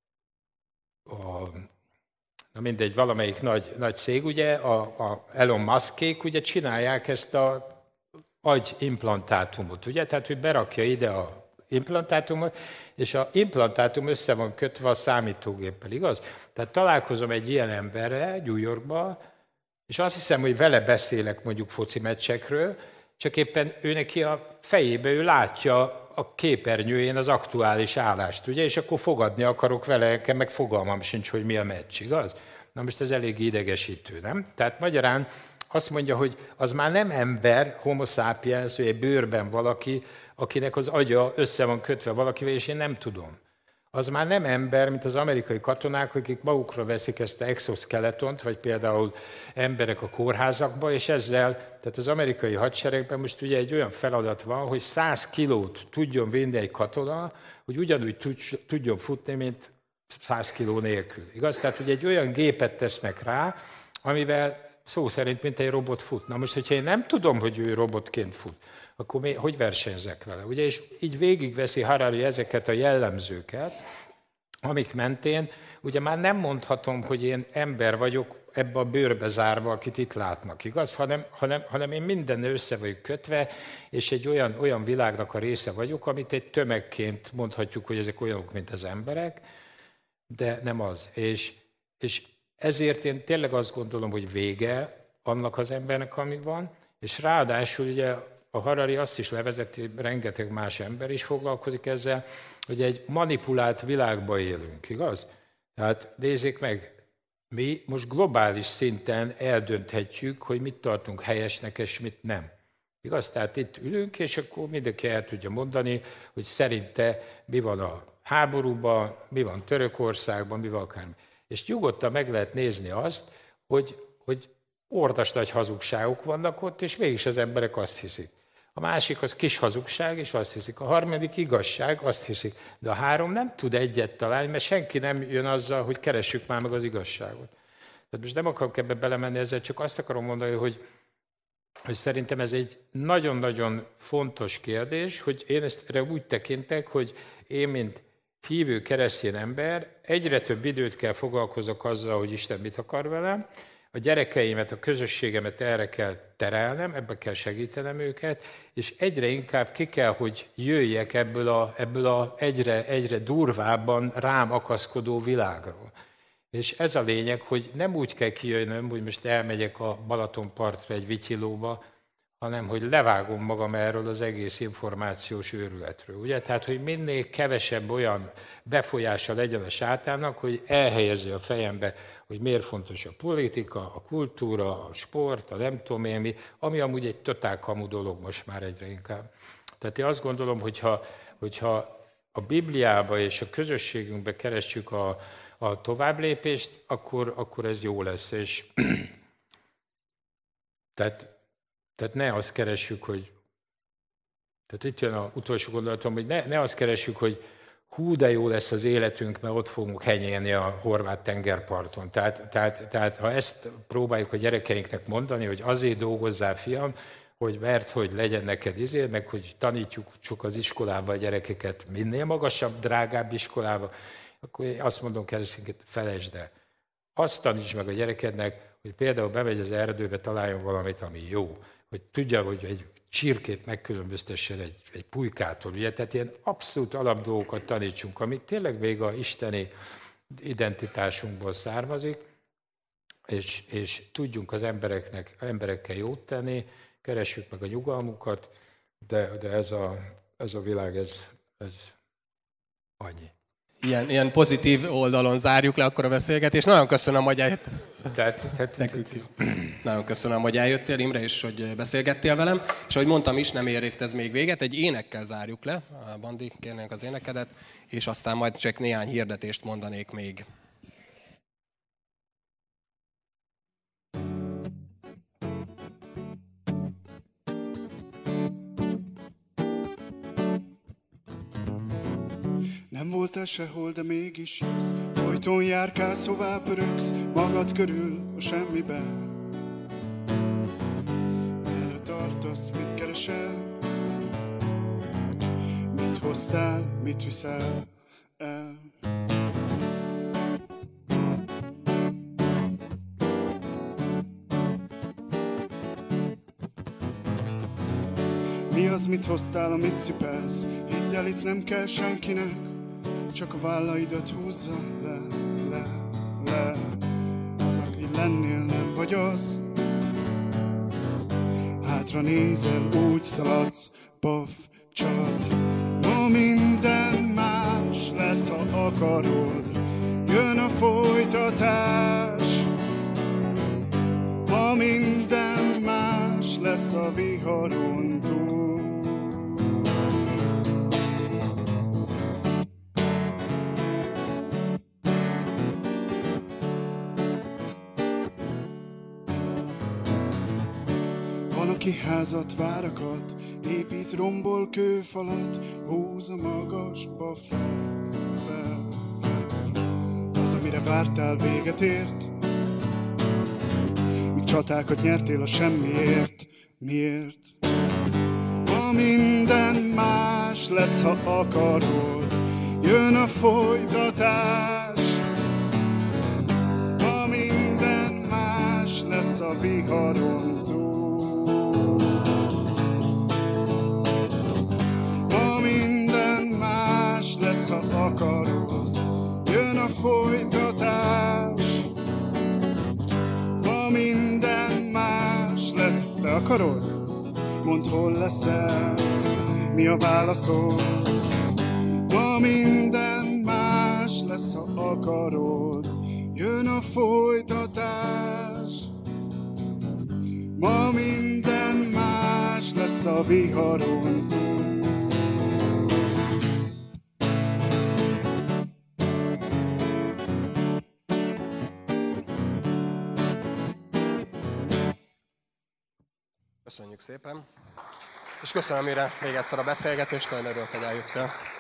a na mindegy, valamelyik nagy, nagy cég, ugye, a, a Elon Muskék ugye csinálják ezt a agyimplantátumot, ugye? Tehát, hogy berakja ide a implantátumot, és az implantátum össze van kötve a számítógéppel, igaz? Tehát találkozom egy ilyen emberrel New Yorkban, és azt hiszem, hogy vele beszélek mondjuk foci meccsekről, csak éppen ő neki a fejébe, ő látja a képernyőjén az aktuális állást, ugye? És akkor fogadni akarok vele, nekem meg fogalmam sincs, hogy mi a meccs, igaz? Na most ez elég idegesítő, nem? Tehát magyarán azt mondja, hogy az már nem ember, homo sapiens, hogy egy bőrben valaki, akinek az agya össze van kötve valakivel, és én nem tudom. Az már nem ember, mint az amerikai katonák, akik magukra veszik ezt a exoskeletont, vagy például emberek a kórházakba, és ezzel, tehát az amerikai hadseregben most ugye egy olyan feladat van, hogy száz kilót tudjon vinni egy katona, hogy ugyanúgy tudjon futni, mint száz kiló nélkül. Igaz? Tehát ugye egy olyan gépet tesznek rá, amivel szó szerint, mint egy robot fut. Na most, hogyha én nem tudom, hogy ő robotként fut, akkor mi, hogy versenyzek vele? Ugye, és így végigveszi Harari ezeket a jellemzőket, amik mentén, ugye már nem mondhatom, hogy én ember vagyok ebbe a bőrbe zárva, akit itt látnak, igaz? Hanem, hanem, hanem én minden össze vagyok kötve, és egy olyan, olyan világnak a része vagyok, amit egy tömegként mondhatjuk, hogy ezek olyanok, mint az emberek, de nem az. És, és ezért én tényleg azt gondolom, hogy vége annak az embernek, ami van, és ráadásul ugye a Harari azt is levezeti, rengeteg más ember is foglalkozik ezzel, hogy egy manipulált világban élünk, igaz? Tehát nézzék meg, mi most globális szinten eldönthetjük, hogy mit tartunk helyesnek, és mit nem. Igaz? Tehát itt ülünk, és akkor mindenki el tudja mondani, hogy szerinte mi van a háborúban, mi van Törökországban, mi van akármi. És nyugodtan meg lehet nézni azt, hogy, hogy ordas nagy hazugságok vannak ott, és mégis az emberek azt hiszik. A másik az kis hazugság, és azt hiszik. A harmadik igazság, azt hiszik. De a három nem tud egyet találni, mert senki nem jön azzal, hogy keressük már meg az igazságot. Tehát most nem akarok ebbe belemenni ezzel, csak azt akarom mondani, hogy, hogy szerintem ez egy nagyon-nagyon fontos kérdés, hogy én ezt úgy tekintek, hogy én, mint hívő keresztény ember, egyre több időt kell foglalkozok azzal, hogy Isten mit akar velem, a gyerekeimet, a közösségemet erre kell terelnem, ebbe kell segítenem őket, és egyre inkább ki kell, hogy jöjjek ebből a, ebből a egyre, egyre durvábban rám akaszkodó világról. És ez a lényeg, hogy nem úgy kell kijönnöm, hogy most elmegyek a Balatonpartra egy vityilóba, hanem hogy levágom magam erről az egész információs őrületről. Ugye? Tehát, hogy minél kevesebb olyan befolyása legyen a sátánnak, hogy elhelyezze a fejembe, hogy miért fontos a politika, a kultúra, a sport, a nem tudom én mi, ami amúgy egy totál kamu dolog most már egyre inkább. Tehát én azt gondolom, hogyha, hogyha a Bibliába és a közösségünkbe keressük a, a továbblépést, akkor, akkor ez jó lesz. És tehát Tehát ne azt keressük, hogy... Tehát itt jön az utolsó gondolatom, hogy ne, ne azt keressük, hogy, hú, de jó lesz az életünk, mert ott fogunk henyélni a horvát tengerparton. Tehát, tehát, tehát ha ezt próbáljuk a gyerekeinknek mondani, hogy azért dolgozzál, fiam, hogy mert, hogy legyen neked izé, meg hogy tanítjuk csak az iskolába a gyerekeket minél magasabb, drágább iskolába, akkor én azt mondom keresztényként, felejtsd el. Azt taníts meg a gyerekednek, hogy például bemegy az erdőbe, találjon valamit, ami jó. Hogy tudja, hogy egy csirkét megkülönböztessen egy, egy pulykától. Ugye? Tehát ilyen abszolút alapdolgokat tanítsunk, ami tényleg még a isteni identitásunkból származik, és, és tudjunk az embereknek, emberekkel jót tenni, keressük meg a nyugalmukat, de, de ez, a, ez a világ, ez, ez annyi. Ilyen, ilyen pozitív oldalon zárjuk le akkor a beszélgetést. Nagyon köszönöm, hogy eljöttél. Tehát, tehát, Nagyon köszönöm, hogy eljöttél, Imre, és hogy beszélgettél velem. És ahogy mondtam is, nem ér itt ez még véget. Egy énekkel zárjuk le. Bandi, kérnénk az énekedet, és aztán majd csak néhány hirdetést mondanék még. Nem voltál sehol, de mégis jössz. Folyton járkálsz, hová pöröksz, magad körül a semmiben. Merre tartasz, mit keresel? Mit hoztál, mit viszel el? Mi az, mit hoztál, amit cipelsz? Hidd el, itt nem kell senkinek, csak a vállaidat húzza le, le, le. Az, aki lennél, nem vagy az. Hátra nézel, úgy szaladsz, paf, csat. Ma minden más lesz, ha akarod. Jön a folytatás. Ma minden más lesz a viharon túl. Aki házat, várakat, épít, rombol kőfalat, húz a magasba fel, fel, fel. Az, amire vártál, véget ért, míg csatákat nyertél a semmiért. Miért? Ma minden más lesz, ha akarod, jön a folytatás. Ma minden más lesz a viharon túl. Ha akarod, jön a folytatás. Ma minden más lesz. Te akarod? Mondd, hol leszel, mi a válaszod. Ma minden más lesz, ha akarod, jön a folytatás. Ma minden más lesz a viharon túl. Köszönjük szépen, és köszönöm mire még egyszer a beszélgetést, nagyon örülök, hogy eljöttél.